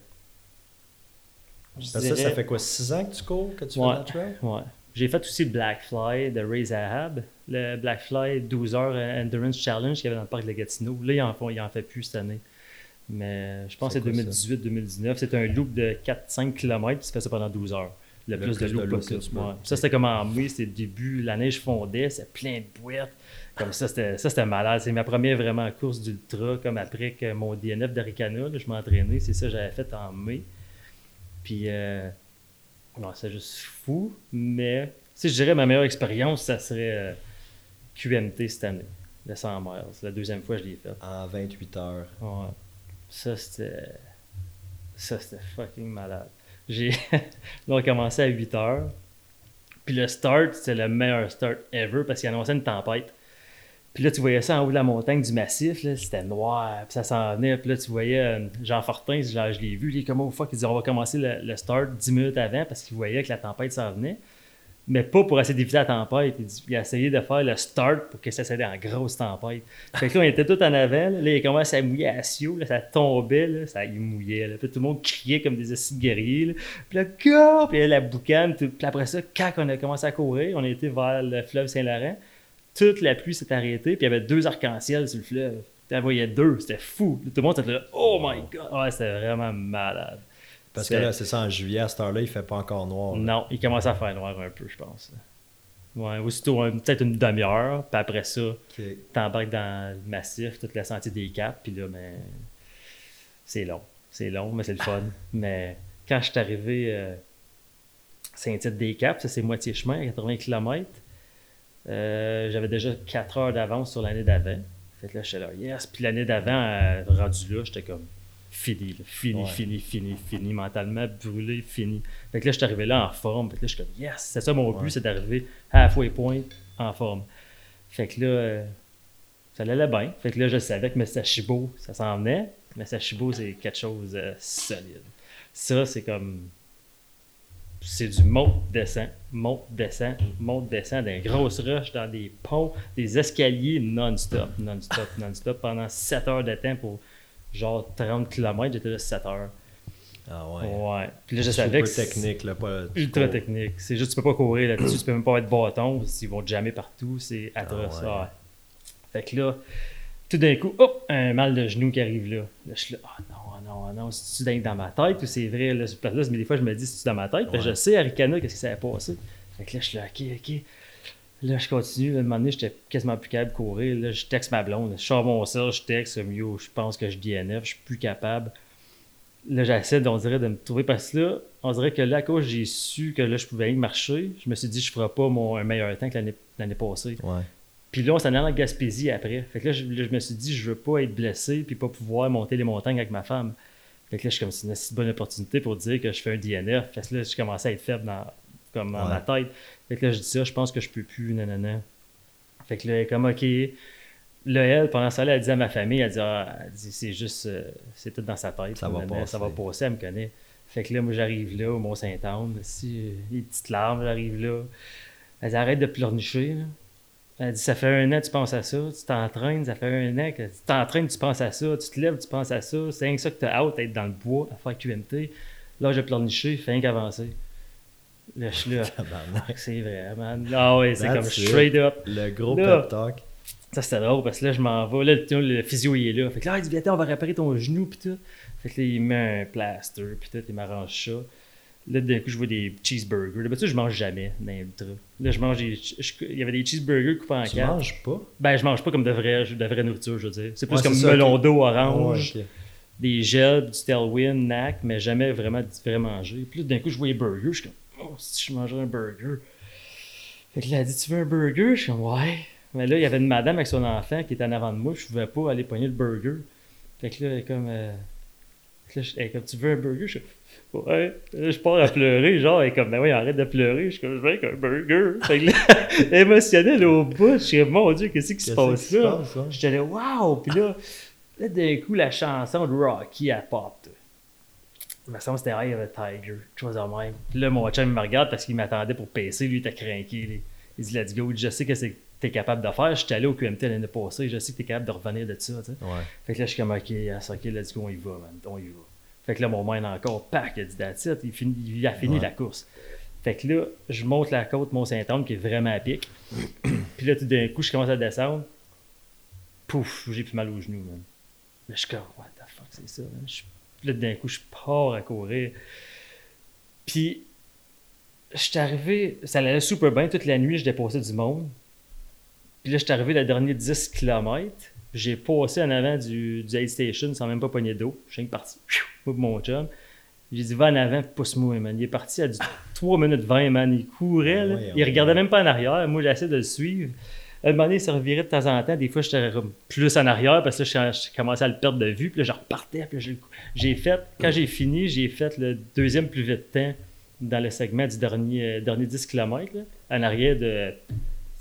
Je Parce dirais... ça, ça fait quoi, six ans que tu cours, que tu ouais, fais de trail? Ouais. J'ai fait aussi le Blackfly de Ray Zahab, le Blackfly douze heures Endurance Challenge qu'il y avait dans le parc de la Gatineau. Là, il en, font, il en fait plus cette année. Mais je pense c'est que c'est deux mille dix-huit deux mille dix-neuf. C'est un loop de quatre à cinq kilomètres, puis tu fais ça pendant douze heures. Le, le plus, plus de loop possible. Ouais. Ça, c'était comme en mai, c'était le début, la neige fondait, c'était plein de boîtes. Comme ça, c'était, ça, c'était malade. C'est ma première vraiment course d'ultra, comme après que mon D N F d'Arikana, là, je m'entraînais. C'est ça que j'avais fait en mai. Puis, euh, non, c'est juste fou. Mais, si je dirais ma meilleure expérience, ça serait euh, Q M T cette année, le cent miles. C'est la deuxième fois que je l'ai fait. En vingt-huit heures. Ouais. Ça, c'était... Ça, c'était fucking malade. J'ai... Là, on a commencé à huit heures. Puis le start, c'était le meilleur start ever parce qu'il annonçait une tempête. Puis là, tu voyais ça en haut de la montagne du massif, là, c'était noir, puis ça s'en venait. Puis là, tu voyais euh, Jean Fortin, genre, je l'ai vu, il est comme au fuck, il dit on va commencer le, le start dix minutes avant parce qu'il voyait que la tempête s'en venait. Mais pas pour essayer d'éviter la tempête. Il, dit, il a essayé de faire le start pour que ça s'aide en grosse tempête. Fait que là, on était tout en avant. Là, là il commençait à mouiller à Sio. Là, ça tombait. Là, ça, il mouillait. Là. Puis tout le monde criait comme des assis de guerriers. Là. Puis là, go! Puis là, la boucane. Tout. Puis après ça, quand on a commencé à courir, on a été vers le fleuve Saint-Laurent. Toute la pluie s'est arrêtée. Puis il y avait deux arcs-en-ciel sur le fleuve. Tu en voyais deux. C'était fou. Tout le monde était là. Oh my God! Ouais, c'était vraiment malade. Parce que là, c'est ça, en juillet, à cette heure-là, il fait pas encore noir. Là. Non, il commence à faire noir un peu, je pense. Ouais, aussitôt, un, peut-être une demi-heure, puis après ça, okay. T'embarques dans le massif, toute la sentier des Caps, puis là, ben, c'est long. C'est long, mais c'est le fun. Mais quand je suis arrivé euh, Saint-Tite-des-Caps, ça c'est moitié chemin, à quatre-vingts kilomètres, euh, j'avais déjà quatre heures d'avance sur l'année d'avant. Fait que là, j'étais là, yes. Puis l'année d'avant, euh, rendu là, j'étais comme... Fini, là. fini, ouais. fini, fini, fini, mentalement brûlé, fini. Fait que là, je suis arrivé là en forme. Fait que là, je suis comme, yes, c'est ça mon but, ouais. c'est d'arriver halfway point en forme. Fait que là, euh, ça allait bien. Fait que là, je savais que Massachibo, ça s'en venait. Massachibo, c'est quelque chose de euh, solide. Ça, c'est comme, c'est du monte-descend, monte-descend, monte-descend, des grosses roches dans des ponts, des escaliers non-stop, non-stop, non-stop, pendant sept heures de temps pour genre trente kilomètres, j'étais là sept heures. Ah ouais. Ouais. Puis là, je savais que c'est technique, là, pas ultra cours. Technique. C'est juste, tu peux pas courir là-dessus, tu peux même pas être bâton, ils vont te jammer partout, c'est atroce. Ah ouais. Ah ouais. Fait que là, tout d'un coup, hop, un mal de genou qui arrive là. Là, je suis là, ah oh, non, ah non, ah non, c'est-tu dans ma tête ou c'est vrai, là, là, mais des fois, je me dis, c'est-tu dans ma tête? Ouais. Je sais, à Ricana, qu'est-ce qui s'est passé. Fait que là, je suis là, ok, ok. Là, je continue. À un moment donné, j'étais quasiment plus capable de courir. Là, je texte ma blonde. Je sors mon sel, je texte comme yo, je pense que je D N F, je suis plus capable. Là, j'essaie, on dirait, de me trouver parce que là, on dirait que là, à cause j'ai su que là, je pouvais marcher, je me suis dit, je ferai pas mon, un meilleur temps que l'année, l'année passée. Ouais. Puis là, on s'en allait en Gaspésie après. Fait que là je, là, je me suis dit, je veux pas être blessé puis pas pouvoir monter les montagnes avec ma femme. Fait que là, je suis comme, c'est une assez bonne opportunité pour dire que je fais un D N F. Fait que là, je commençais à être faible dans, comme dans ouais. ma tête. Fait que là, je dis ça, je pense que je peux plus, nanana. Fait que là, elle est comme, OK. Là, elle, pendant ça, là, elle dit à ma famille, elle dit, ah, elle dit c'est juste, euh, c'est tout dans sa tête. Ça va passer. Ça va passer, elle me connaît. Fait que là, moi, j'arrive là, au Mont-Saint-Anne, si, les petites larmes, j'arrive là. Elle dit, arrête de pleurnicher, là. Elle dit, ça fait un an que tu penses à ça, tu t'entraînes, ça fait un an que tu t'entraînes, tu penses à ça, tu te lèves, tu penses à ça, c'est rien que ça que tu as hâte d'être dans le bois, à faire Q M T. Là, j'ai pleurniché, fais rien qu'avancer. Là, je suis là. C'est vrai, man. Ah ouais, c'est That's comme straight up. Le gros là, pep talk. Ça, c'était drôle parce que là, je m'en vais. Là, le, le physio, il est là. Fait que là, il dit, viens, on va réparer ton genou, pis tout. Fait que là, il met un plaster, pis tout, il m'arrange ça. Là, d'un coup, je vois des cheeseburgers. D'habitude, je mange jamais dans l'ultra. Là, je mange des. Je, il y avait des cheeseburgers coupés en quatre. Tu manges pas? Ben, je mange pas comme de vraie, de vraie nourriture, je veux dire. C'est plus ouais, comme c'est melon okay. d'eau orange. Oh, okay. Des gels, du Tailwind, N A C, mais jamais vraiment du vrai manger. Puis là, d'un coup, je vois les burgers, je suis comme, oh, si je mangerais un burger. Fait que là, elle dit, tu veux un burger? Je suis comme, ouais. Mais là, il y avait une madame avec son enfant qui était en avant de moi, je pouvais pas aller pogner le burger. Fait que là, elle est comme, euh... là, elle est comme, tu veux un burger? Je suis comme, ouais. Là, je pars à pleurer, genre, elle est comme, ben oui, arrête de pleurer. Je suis comme, je veux avec un burger. Fait que là, émotionnelle au bout, je suis comme, mon Dieu, qu'est-ce qui se passe là? Passe, hein? J'étais là, waouh! Puis là, là, d'un coup, la chanson de Rocky, elle pop. Il me semble que c'était Eye of a Tiger, quelque chose de même. Puis là, mon chum me regarde parce qu'il m'attendait pour passer. Lui, il était craqué. Il dit, let's go. Je sais que c'est que t'es capable de faire. Je suis allé au Q M T l'année passée. Je sais que t'es capable de revenir de ça. T'sais. Ouais. Fait que là, je suis comme, OK, yes, OK, let's go, on y va, man. On y va. Fait que là, mon mind encore, pack, il a dit, that's it. Il, finit, il a fini ouais. la course. Fait que là, je monte la côte Mont-Saint-Anne qui est vraiment à pic. Puis là, tout d'un coup, je commence à descendre. Pouf, j'ai plus mal aux genoux, man. Là, je suis comme, what the fuck, c'est ça, man. Je, là, d'un coup, je pars à courir. Puis, je suis arrivé, ça allait super bien. Toute la nuit, je dépassais du monde. Puis là, je suis arrivé le dernier dix kilomètres. J'ai passé en avant du, du aid station sans même pas pogner d'eau. Je suis parti. Moi mon chum. J'ai dit, va en avant, pousse-moi, man. Il est parti à du trois minutes vingt, man. Il courait, là. Il regardait même pas en arrière. Moi, j'essaie de le suivre. À un moment donné, il se revirait de temps en temps. Des fois, j'étais plus en arrière parce que là, je commençais à le perdre de vue. Puis là, je repartais. Puis là, j'ai fait, quand j'ai fini, j'ai fait le deuxième plus vite temps dans le segment du dernier, euh, dernier dix kilomètres, là, en arrière de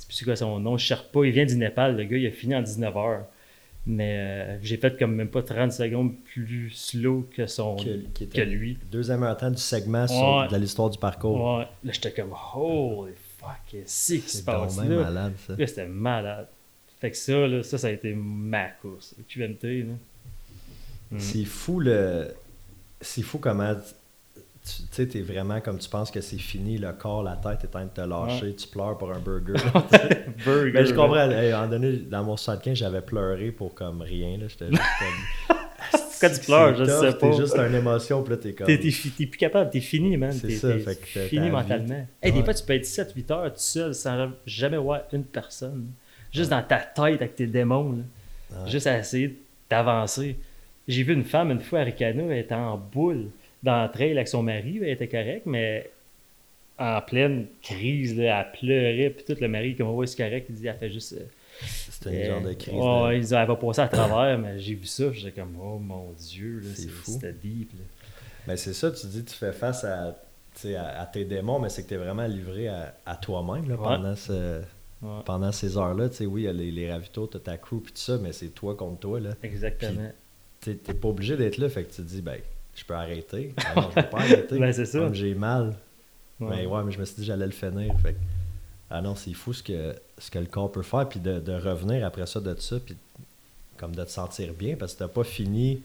plus c'est quoi son nom, Sherpa, il vient du Népal, le gars, il a fini en dix-neuf heures. Mais euh, j'ai fait comme même pas trente secondes plus slow que, son, que, qui que lui. Deuxième temps du segment ouais. sur, de l'histoire du parcours. Ouais. Là, j'étais comme, holy fuck, qu'est-ce qui se passe là? C'est malade, ça. Là, c'était malade. Fait que ça, là, ça, ça a été ma course. Le Q M T, là. Mm. C'est fou, le... C'est fou comment... Tu sais, t'es vraiment comme tu penses que c'est fini, le corps, la tête est en train de te lâcher, ouais. Tu pleures pour un burger. burger mais je comprends, hey, à un moment donné, dans mon soixante-quinze, j'avais pleuré pour comme rien. Là. J'étais juste comme... Quand tu pleures, je sais pas. T'es juste une émotion, puis là, t'es comme... T'es, t'es, t'es plus capable, t'es fini, man. C'est t'es, ça, t'es fait que fini mentalement. Hey, ouais. Des fois, tu peux être sept huit heures tout seul sans jamais voir une personne. Juste ouais. Dans ta tête avec tes démons. Là. Ouais. Juste à essayer d'avancer. J'ai vu une femme, une fois, à Ricana, elle était en boule. Dans le trail avec son mari, elle était correcte, mais en pleine crise, là, elle pleurait, puis tout le mari, comme on voit, c'est correct, il dit, elle fait juste... C'était une euh, genre de crise. Oh, de... Il dit, elle va passer à travers, mais j'ai vu ça, j'étais comme, oh mon Dieu, là, c'est, c'est fou. C'était deep. Là. Mais c'est ça, tu dis, tu fais face à, à, à tes démons, mais c'est que tu es vraiment livré à, à toi-même là, ouais. pendant, ce, ouais. pendant ces heures-là. Tu sais, oui, il y a les, les ravitaux, tu as ta crew, puis tout ça, mais c'est toi contre toi. Là. Exactement. Tu n'es pas obligé d'être là, fait que tu te dis, ben, je peux arrêter. Ah non, je ne peux pas arrêter. ben, c'est ça. Comme j'ai mal. Ouais. Mais ouais, mais je me suis dit que j'allais le finir. Fait que, ah non, c'est fou ce que, ce que le corps peut faire. Puis de, de revenir après ça de ça, puis comme de te sentir bien, parce que tu n'as pas fini.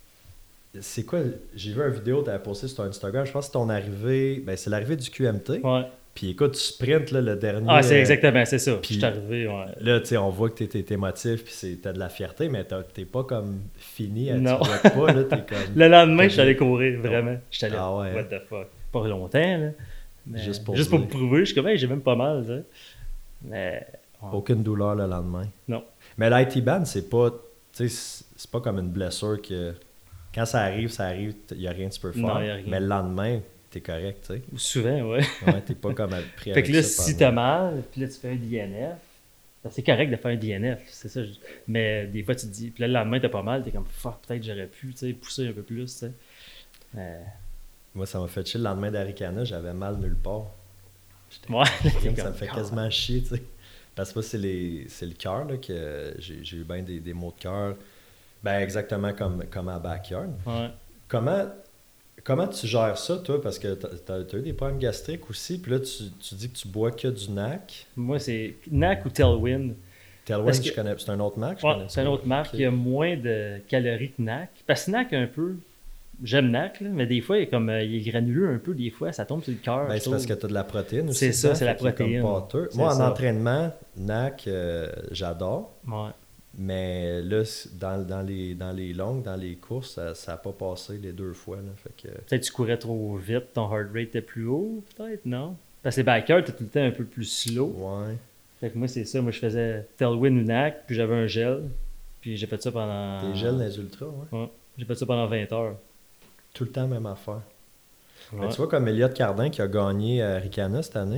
C'est quoi? J'ai vu une vidéo que tu avais postée sur ton Instagram. Je pense que c'est ton arrivée. Ben, c'est l'arrivée du Q M T. Ouais. Puis écoute, tu sprintes là, le dernier. Ah, c'est exactement, c'est ça. Puis je suis arrivé, ouais. Là, tu sais, on voit que t'es, t'es émotif, puis t'as de la fierté, mais t'es pas comme fini. À, non. Tu pas, là, t'es comme... Le lendemain, je suis allé courir, vraiment. Je suis allé, ah ouais. What the fuck. Pas longtemps, là. Mais juste pour, juste pour me prouver, je suis comme, hey, j'ai même pas mal, tu sais. Mais... Ouais. Aucune douleur le lendemain. Non. Mais l'I T band, c'est pas, tu sais, c'est pas comme une blessure que... Quand ça arrive, ça arrive, il n'y a rien que tu peux faire. Non, y a rien. Mais le lendemain... T'es correct, tu sais. Souvent, ouais. Ouais, t'es pas comme pris avec ça. Fait que là, ça si t'as mal, puis là, tu fais un D N F, c'est correct de faire un D N F, c'est ça. Je... Mais des fois, tu te dis, puis là, le lendemain, t'as pas mal, t'es comme, fuck, peut-être j'aurais pu, tu sais, pousser un peu plus, tu sais. Euh... Moi, ça m'a fait chier le lendemain d'Aricana, j'avais mal nulle part. J'étais... Ouais, comme, ça me fait quasiment chier, tu sais. Parce que moi, c'est, les... c'est le cœur, là, que j'ai, j'ai eu bien des, des maux de cœur. Ben, exactement comme, comme à Backyard. Ouais. Comment... Comment tu gères ça, toi? Parce que tu as eu des problèmes gastriques aussi, puis là, tu, tu dis que tu bois que du N A C. Moi, c'est N A C ou Tailwind. Tailwind, que... je connais. C'est un autre marque? Je ouais, connais c'est une autre marque. Okay. Il y a moins de calories que N A C. Parce que N A C, un peu, j'aime N A C, là, mais des fois, il est, comme, euh, il est granuleux un peu. Des fois, ça tombe sur le cœur. Ben, c'est parce que tu as de la protéine aussi. C'est ça, c'est la protéine. C'est Moi, ça. En entraînement, N A C, euh, j'adore. Ouais. Mais là, dans, dans, les, dans les longues, dans les courses, ça n'a pas passé les deux fois. Là, fait que... Peut-être que tu courais trop vite, ton heart rate était plus haut, peut-être, non? Parce que les backers, tu es tout le temps un peu plus slow. Ouais. Fait que moi, c'est ça. Moi, je faisais Tailwind ou N A C, puis j'avais un gel. Puis j'ai fait ça pendant... Des gels dans les ultras, ouais. Ouais. J'ai fait ça pendant vingt heures. Tout le temps, même affaire. Ouais. Tu vois, comme Elliott Cardin qui a gagné à Ricana cette année,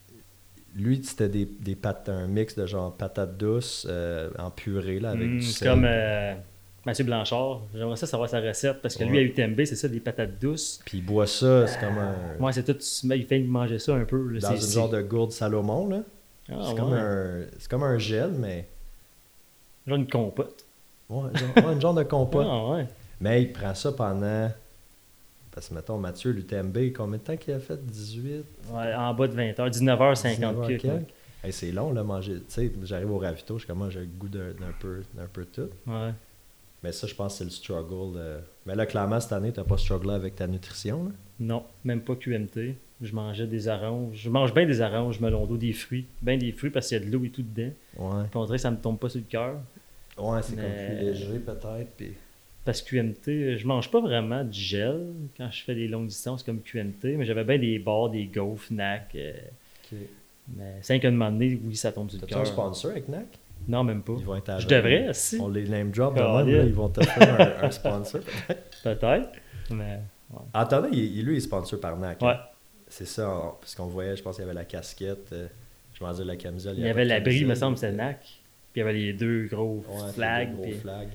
lui, c'était des, des pâtes, un mix de genre patates douces euh, en purée là, avec mmh, du c'est sel. comme euh, Mathieu Blanchard. J'aimerais ça savoir sa recette parce que ouais. Lui, à U T M B, c'est ça, des patates douces. Puis il boit ça, c'est comme un... Moi, c'est tout, il fait manger ça un peu. Là, dans c'est, une c'est... genre de gourde Salomon, là. Ah, c'est, ouais. comme un, c'est comme un gel, mais... Genre une compote. Ouais, genre, ouais une genre de compote. Ah, ouais. Mais il prend ça pendant... Parce que, mettons, Mathieu, l'U T M B, combien de temps qu'il a fait? dix-huit? Ouais, en bas de vingt heures, dix-neuf heures cinquante. Hey, c'est long, là, manger. Tu sais, j'arrive au ravito, je suis comme, moi, j'ai le goût d'un, d'un, peu, d'un peu de tout. Ouais. Mais ça, je pense que c'est le struggle. De... Mais là, clairement, cette année, tu n'as pas strugglé avec ta nutrition, là? Non, même pas Q M T. Je mangeais des oranges. Je mange bien des oranges, melon d'eau, des fruits. Bien des fruits parce qu'il y a de l'eau et tout dedans. Ouais. Puis on dirait que ça me tombe pas sur le cœur. Ouais, c'est mais... comme plus léger, peut-être. Puis... Parce que Q M T, je mange pas vraiment du gel quand je fais des longues distances comme Q M T, mais j'avais bien des bars, des gaufres, N A C. Euh... Okay. Mais c'est qu'à un moment donné, oui, ça tombe sur le cœur. T'as-tu un sponsor avec N A C? Non, même pas. Ils vont être je devrais, si. On les name drop de même, là, ils vont te faire un, un sponsor, peut-être. Peut-être, mais... Ouais. Attendez, il, lui, il est sponsor par N A C. Ouais. Hein? C'est ça, on, parce qu'on voyait, je pense qu'il y avait la casquette, euh, je vais dire la camisole. Il y, il y avait l'abri, me semble, c'est N A C. Puis il y avait les deux gros ouais, flags. Deux gros puis... flags.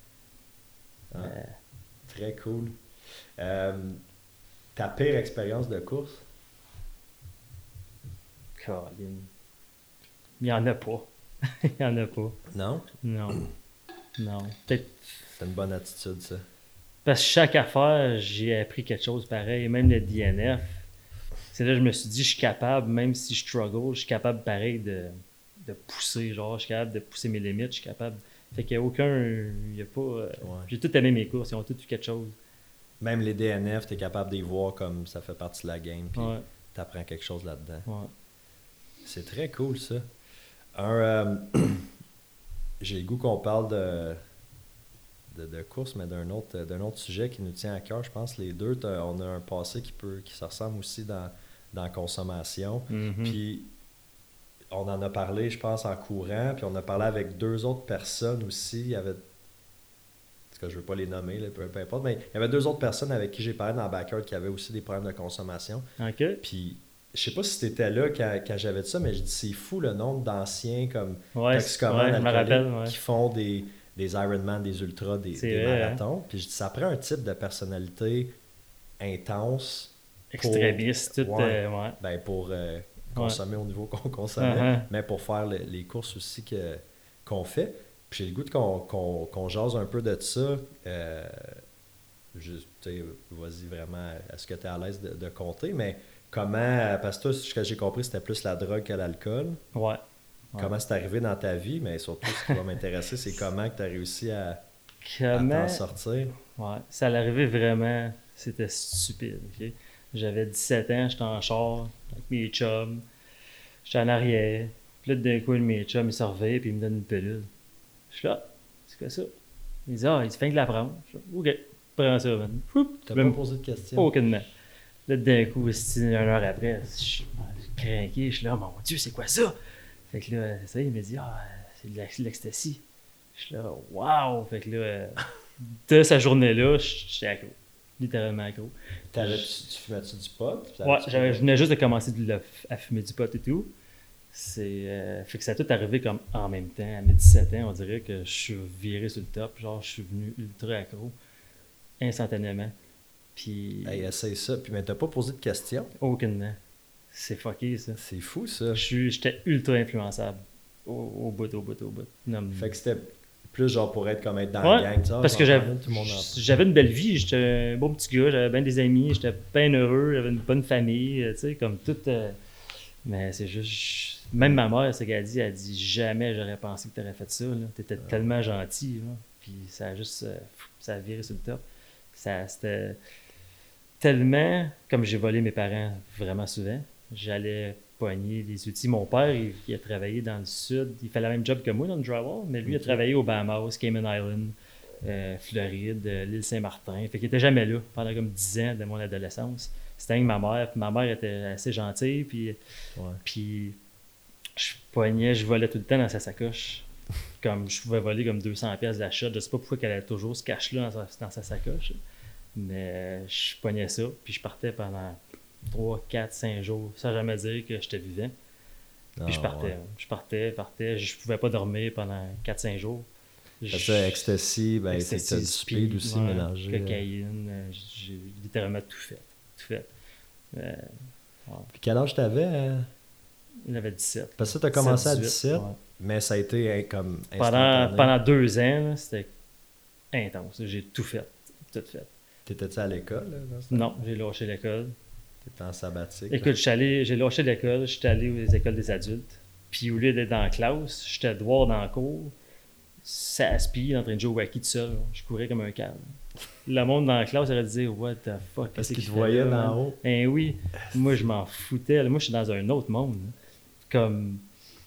Ah, euh... Très cool. Euh, ta pire expérience de course? Colin. Il n'y en a pas. Il n'y en a pas. Non? Non. Non. Peut-être. C'est une bonne attitude, ça. Parce que chaque affaire, j'ai appris quelque chose pareil. Même le D N F. C'est là que je me suis dit, je suis capable, même si je struggle, je suis capable pareil de, de pousser. Genre, je suis capable de pousser mes limites. Je suis capable. Fait qu'il n'y a aucun. Il y a pas. Euh, Ouais. J'ai tout aimé mes courses. Ils ont tous eu quelque chose. Même les D N F, tu es capable de les voir comme ça fait partie de la game. Puis Ouais. tu apprends quelque chose là-dedans. Ouais. C'est très cool, ça. Un, euh, j'ai le goût qu'on parle de, de, de course, mais d'un autre, d'un autre sujet qui nous tient à cœur, je pense. Les deux, on a un passé qui peut qui se ressemble aussi dans, dans la consommation. Mm-hmm. Puis on en a parlé, je pense, en courant. Puis on a parlé avec deux autres personnes aussi. Il y avait... En tout cas, je ne veux pas les nommer, là, peu, peu importe. Mais il y avait deux autres personnes avec qui j'ai parlé dans Backyard qui avaient aussi des problèmes de consommation. OK. Puis... Je sais pas si tu étais là quand, quand j'avais dit ça, mais je dis c'est fou le nombre d'anciens comme ouais, toxicomanes ouais, je me rappelle, ouais. qui font des, des Ironman, des ultras, des, des vrai, marathons. hein? Puis je dis ça prend un type de personnalité intense. Extrémiste, tout. Ouais, Euh, ouais. Ben pour euh, consommer ouais. au niveau qu'on consommait, uh-huh. mais pour faire le, les courses aussi que, qu'on fait. Puis j'ai le goût de qu'on, qu'on, qu'on jase un peu de ça. Euh, juste, vas-y vraiment, est-ce que tu es à l'aise de, de compter, mais comment, parce que toi, ce que j'ai compris, c'était plus la drogue que l'alcool. Ouais. ouais. Comment c'est arrivé dans ta vie, mais surtout, ce qui va m'intéresser, c'est comment tu as réussi à, comment... à t'en sortir. Ouais, ça l'arrivait vraiment, c'était stupide. Okay? J'avais dix-sept ans, j'étais en char avec mes chums, j'étais en arrière. Puis là, d'un coup, mes chums, ils se réveillent et ils me donnent une pilule. Je suis là, c'est quoi ça? Ils disent, ah, il fait de la prendre. Je suis là, ok, prends ça, man. T'as pas posé de questions? Aucunement. Là, d'un coup, une heure après, je suis craqué, je suis là, mon Dieu, c'est quoi ça? Fait que là, ça, il me dit, ah, c'est de l'ecstasy. Je suis là, waouh! Fait que là, de sa journée-là, j'étais accro. Littéralement accro. T'avais, tu, tu fumais-tu du pot? Ouais, j'avais, je venais juste de commencer de le, à fumer du pot et tout. C'est, euh, fait que ça a tout arrivé comme en même temps. À mes dix-sept ans, on dirait que je suis viré sur le top. Genre, je suis venu ultra accro instantanément. Puis. Hey, essaye ça. Puis, mais t'as pas posé de questions? Aucunement. C'est fucké, ça. C'est fou, ça. Je suis, j'étais ultra influençable. Au, au bout, au bout, au bout. Non, fait que c'était plus genre pour être comme être dans ouais, la gang. Ça, parce que j'avais, tout le monde en... j'avais une belle vie. J'étais un bon petit gars. J'avais bien des amis. J'étais bien heureux. J'avais une bonne famille. Tu sais, comme tout. Euh... Mais c'est juste. Même ma mère, c'est qu'elle a dit. Elle a dit jamais j'aurais pensé que tu aurais fait ça. Tu étais ouais. tellement gentil. Là. Puis ça a juste. Euh, ça a viré sur le top. Ça, c'était. Tellement, comme j'ai volé mes parents vraiment souvent, j'allais pogner des outils. Mon père, il, il a travaillé dans le sud. Il fait le même job que moi dans le drywall, mais lui, okay. il a travaillé aux Bahamas, Cayman Island, euh, Floride, euh, l'île Saint-Martin. Fait qu'il était jamais là pendant comme dix ans de mon adolescence. C'était avec ma mère. Puis ma mère était assez gentille. Puis, ouais. puis je pognais, je volais tout le temps dans sa sacoche. Comme je pouvais voler comme deux cents pièces d'achat. Je sais pas pourquoi elle avait toujours ce cash-là dans sa, dans sa sacoche. Mais je pognais ça, puis je partais pendant trois, quatre, cinq jours, sans jamais dire que j'étais vivant. Puis oh, je partais, ouais. je partais, partais, je pouvais pas dormir pendant quatre, cinq jours. Parce que ecstasy, ben c'était du speed aussi ouais, mélangé. Cocaïne, là. J'ai littéralement tout fait, tout fait. Euh, ouais. Puis quel âge t'avais? Euh... Il avait dix-sept. Parce que tu as commencé dix-sept, à dix-sept, ouais. Mais ça a été hein, comme pendant, pendant deux ans, c'était intense. J'ai tout fait, tout fait. T'étais-tu à l'école? Là, non, j'ai lâché l'école. T'étais en sabbatique? Écoute, j'ai lâché l'école, j'étais allé aux écoles des adultes. Puis au lieu d'être dans la classe, j'étais dehors dans la cour, ça aspire, en train de jouer au wacky tout seul. Je courais comme un câble. Le monde dans la classe aurait dit « What the fuck? » Parce qu'ils te voyaient d'en haut. Ben oui. Moi, je m'en foutais. Moi, je suis dans un autre monde. Comme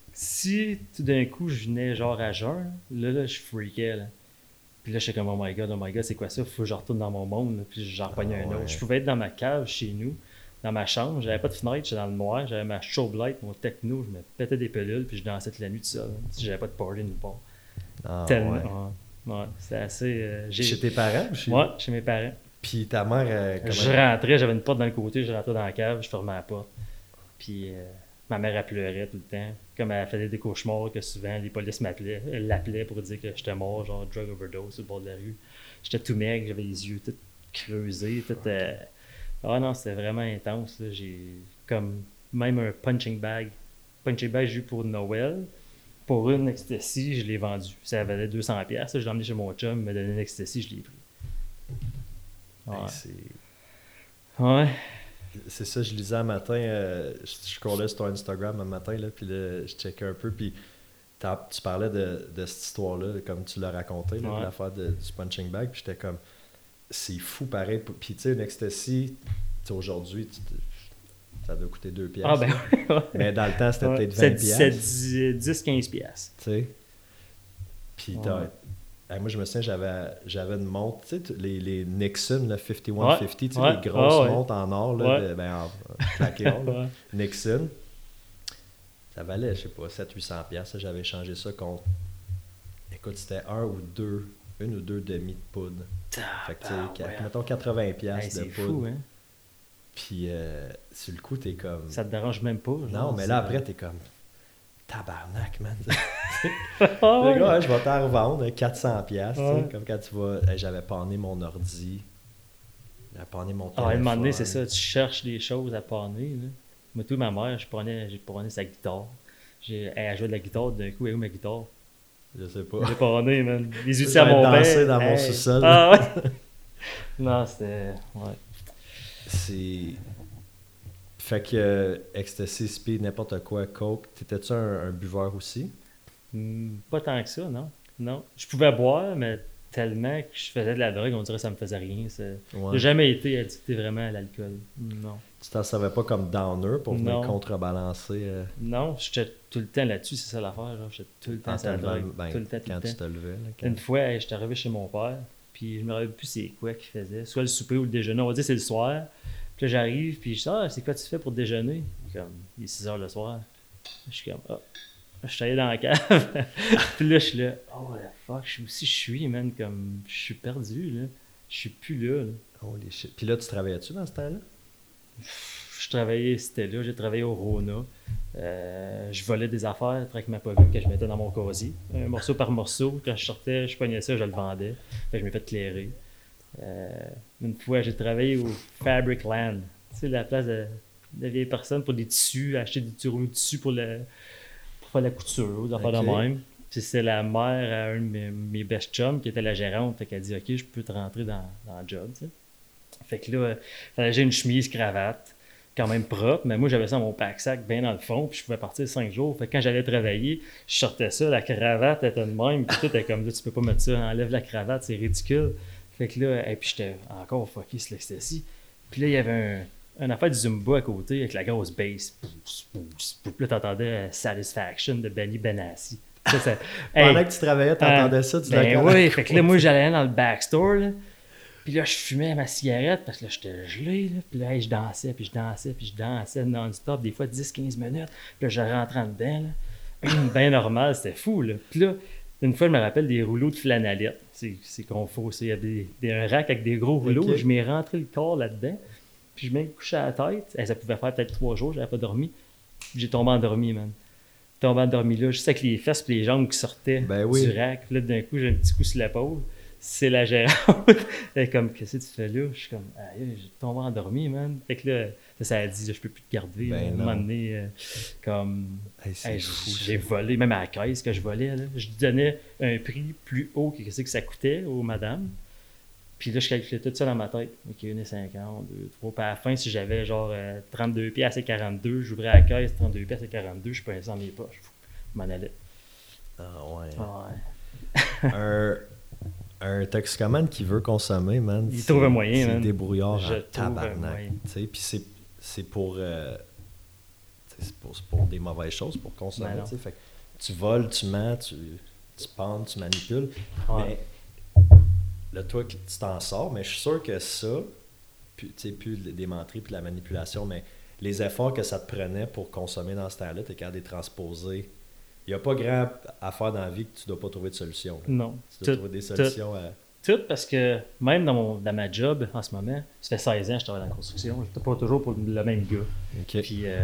si tout d'un coup, je venais genre à jeun, là, là, je freakais. Là. Puis là, je suis comme, oh my god, oh my god, c'est quoi ça? Faut que je retourne dans mon monde. Là. Puis j'en repognais ah, un ouais. autre. Je pouvais être dans ma cave chez nous, dans ma chambre. J'avais pas de fenêtre, j'étais dans le noir. J'avais ma strobe light, mon techno. Je me pétais des pilules, puis je dansais toute la nuit tout seul. J'avais pas de party nulle part. Ah, Tellement. Ouais. Ouais, c'était assez. Euh, chez tes parents ou chez Ouais, chez mes parents. Puis ta mère. Euh, comment... Je rentrais, j'avais une porte dans le côté, je rentrais dans la cave, je fermais la porte. Puis euh, ma mère, elle pleurait tout le temps. Comme elle faisait des cauchemars, que souvent les polices m'appelaient. Elle l'appelait pour dire que j'étais mort, genre drug overdose sur le bord de la rue. J'étais tout maigre, j'avais les yeux tout creusés. Tout, euh... Ah non, c'était vraiment intense. Là. J'ai comme même un punching bag punching bag, j'ai eu pour Noël. Pour une ecstasy, je l'ai vendu. Ça valait deux cents dollars. Je l'ai emmené chez mon chum, il m'a donné une ecstasy, je l'ai pris. Ouais. Ouais. Ben, c'est... Ouais. C'est ça, je lisais un matin, euh, je, je scrollais sur ton Instagram un matin, là, puis là, je checkais un peu, puis tu parlais de, de cette histoire-là, comme tu l'as raconté, là, Ouais. de l'affaire de, du punching bag, puis j'étais comme, c'est fou pareil. Puis tu sais, une ecstasy, aujourd'hui, tu, ça doit coûter deux piastres. Ah ben ouais. Mais dans le temps, c'était Ouais. peut-être vingt C'est piastres. dix à quinze piastres. Tu sais. Puis t'as... Ouais. Hey, moi, je me souviens, j'avais, j'avais une montre, tu sais, t- les, les Nixon, le cinquante et un Ouais, cinquante, tu sais, ouais, les grosses ouais, ouais. montres en or, là, Ouais. de- ben, en euh, plaqué or, là. Ouais. Nixon. Ça valait, je sais pas, sept cents à huit cents piastres. Ça, j'avais changé ça contre... Écoute, c'était un ou deux, une ou deux demi de poudre. Fait que, tu sais, Ah, qu- ouais. mettons quatre-vingts Hey, piastres de c'est poudre. fou, hein? Puis, euh, sur le coup, t'es comme... Ça te dérange même pas. Non, genre, mais c'est- là, après, t'es comme... Tabarnak, man. Ah, Le ouais. gars, hein, je vais t'en revendre quatre cents piastres. tu sais, Ouais. Comme quand tu vas... Hey, j'avais panné mon ordi. J'avais panné mon Ah, à téléphone. un moment donné, c'est ça, tu cherches des choses à panner. Là. Moi, tout, ma mère, je prenais, j'ai panné sa guitare. J'ai, elle jouait de la guitare, d'un coup, elle est où ma guitare? Je sais pas. J'ai panné, man. Les outils J'avais à mon dansé père. dans mon Hey. sous-sol. Ah ouais? Non, c'était... Ouais. C'est... Fait que euh, Ecstasy, Speed, n'importe quoi, Coke, t'étais-tu un, un buveur aussi? Hmm, pas tant que ça, non. Non. Je pouvais boire, mais tellement que je faisais de la drogue, on dirait que ça me faisait rien. C'est... Ouais. J'ai jamais été addicté vraiment à l'alcool. Non. Tu t'en savais pas comme downer pour venir Non. contrebalancer euh, Non, j'étais tout le temps là-dessus, c'est ça l'affaire. Genre, j'étais tout le temps en sur la te levant- drogue. ben, tout le temps, tout quand le tu temps. te levais. Là, quand- Une fois, hey, j'étais arrivé chez mon père, puis je me rappelle plus c'est quoi qu'il faisait. Soit le souper ou le déjeuner. On va dire c'est le soir. Puis là, j'arrive, puis je dis, ah, c'est quoi tu fais pour déjeuner? Comme, il est six heures le soir. Je suis comme, ah. Je suis allé dans la cave. Puis là, je suis là, oh la fuck, je suis aussi, je suis, man, comme, je suis perdu, là. Je suis plus là, là. Holy shit. Puis là, tu travaillais-tu dans ce temps-là? Je travaillais, c'était là, j'ai travaillé au Rona. Euh, je volais des affaires avec ma pomme que je mettais dans mon casier. Un morceau par morceau. Quand je sortais, je pognais ça, je le vendais. Fait que je m'ai fait clairer. Euh, une fois, j'ai travaillé au Fabric Land. Tu sais, la place de, de vieilles personnes pour des tissus, acheter des tissus, des tissus pour, le, pour faire la couture, des affaires Ok. de même. Puis c'est la mère à un de mes, mes best chums qui était la gérante. Fait qu'elle dit, OK, je peux te rentrer dans, dans le job, tu sais. Fait que là, fallait que j'ai une chemise, cravate, quand même propre, mais moi j'avais ça dans mon pack-sac bien dans le fond, puis je pouvais partir cinq jours. Fait que quand j'allais travailler, je sortais ça, la cravate était de même, puis tout était comme là, tu peux pas mettre ça, enlève la cravate, c'est ridicule. Fait que là, et puis j'étais encore fucké sur l'ecstasy. Puis là, il y avait un, un affaire du Zumba à côté avec la grosse bass. Puis là, t'entendais euh, Satisfaction de Benny Benassi. Ça, ça- Pendant Hey, que tu travaillais, t'entendais euh, ça, tu ben l'as oui, fait que là, moi, j'allais dans le backstore, là. Puis là, je fumais ma cigarette parce que là, j'étais gelé, là. Puis là, hey, je dansais, puis je dansais, puis je dansais non-stop, des fois dix quinze minutes. Puis là, je rentrais en dedans, là. Bien normal, c'était fou, là. Puis là, une fois, je me rappelle des rouleaux de flanellette. C'est, c'est confus, il y a des, des, un rack avec des gros rouleaux. Ok. Je m'ai rentré le corps là-dedans. Puis je m'ai couché à la tête. Hey, ça pouvait faire peut-être trois jours, j'avais pas dormi. J'ai tombé endormi, man. Tombé endormi là, juste avec les fesses et les jambes qui sortaient Ben oui. du rack. Puis là, d'un coup, j'ai un petit coup sur l'épaule. C'est la gérante. Elle est comme, qu'est-ce que tu fais là? Je suis comme, aïe, j'ai tombé endormi, man. Fait que là, ça, ça a dit, je peux plus te garder. Ben là. À un non. moment donné, euh, comme, Hey, c'est hey, fou, j'ai ça. volé, même à la caisse que je volais, là. Je donnais un prix plus haut que ce que ça coûtait aux madames. Puis là, je calculais tout ça dans ma tête. OK, un cinquante, deux, trois. Puis à la fin, si j'avais genre euh, trente-deux piastres et quarante-deux, j'ouvrais la caisse, trente-deux piastres et quarante-deux, je payais ça dans mes poches. Je m'en allais. Ah ouais. Ouais. un, un toxicomane qui veut consommer, man. Il c'est- trouve un moyen, C'est man. débrouillard Je en trouve un tabarnak. moyen. Tu sais, puis c'est, c'est pour, euh, tu sais, c'est pour. C'est pour des mauvaises choses, pour consommer. Ben non. tu sais. Fait que tu voles, tu mens, tu, tu pendes, tu manipules. Ouais. Mais là, toi, tu t'en sors, mais je suis sûr que ça, puis, tu sais, plus des menteries puis de la manipulation, mais les efforts que ça te prenait pour consommer dans ce temps-là, tu es capable de les transposer. Il n'y a pas grand à faire dans la vie que tu ne dois pas trouver de solution. là. Non. Tu dois Tout, trouver des solutions à... tout parce que même dans, mon, dans ma job en ce moment, ça fait seize ans que je travaille dans la construction. Je pas toujours pour le même gars. OK. Puis, euh,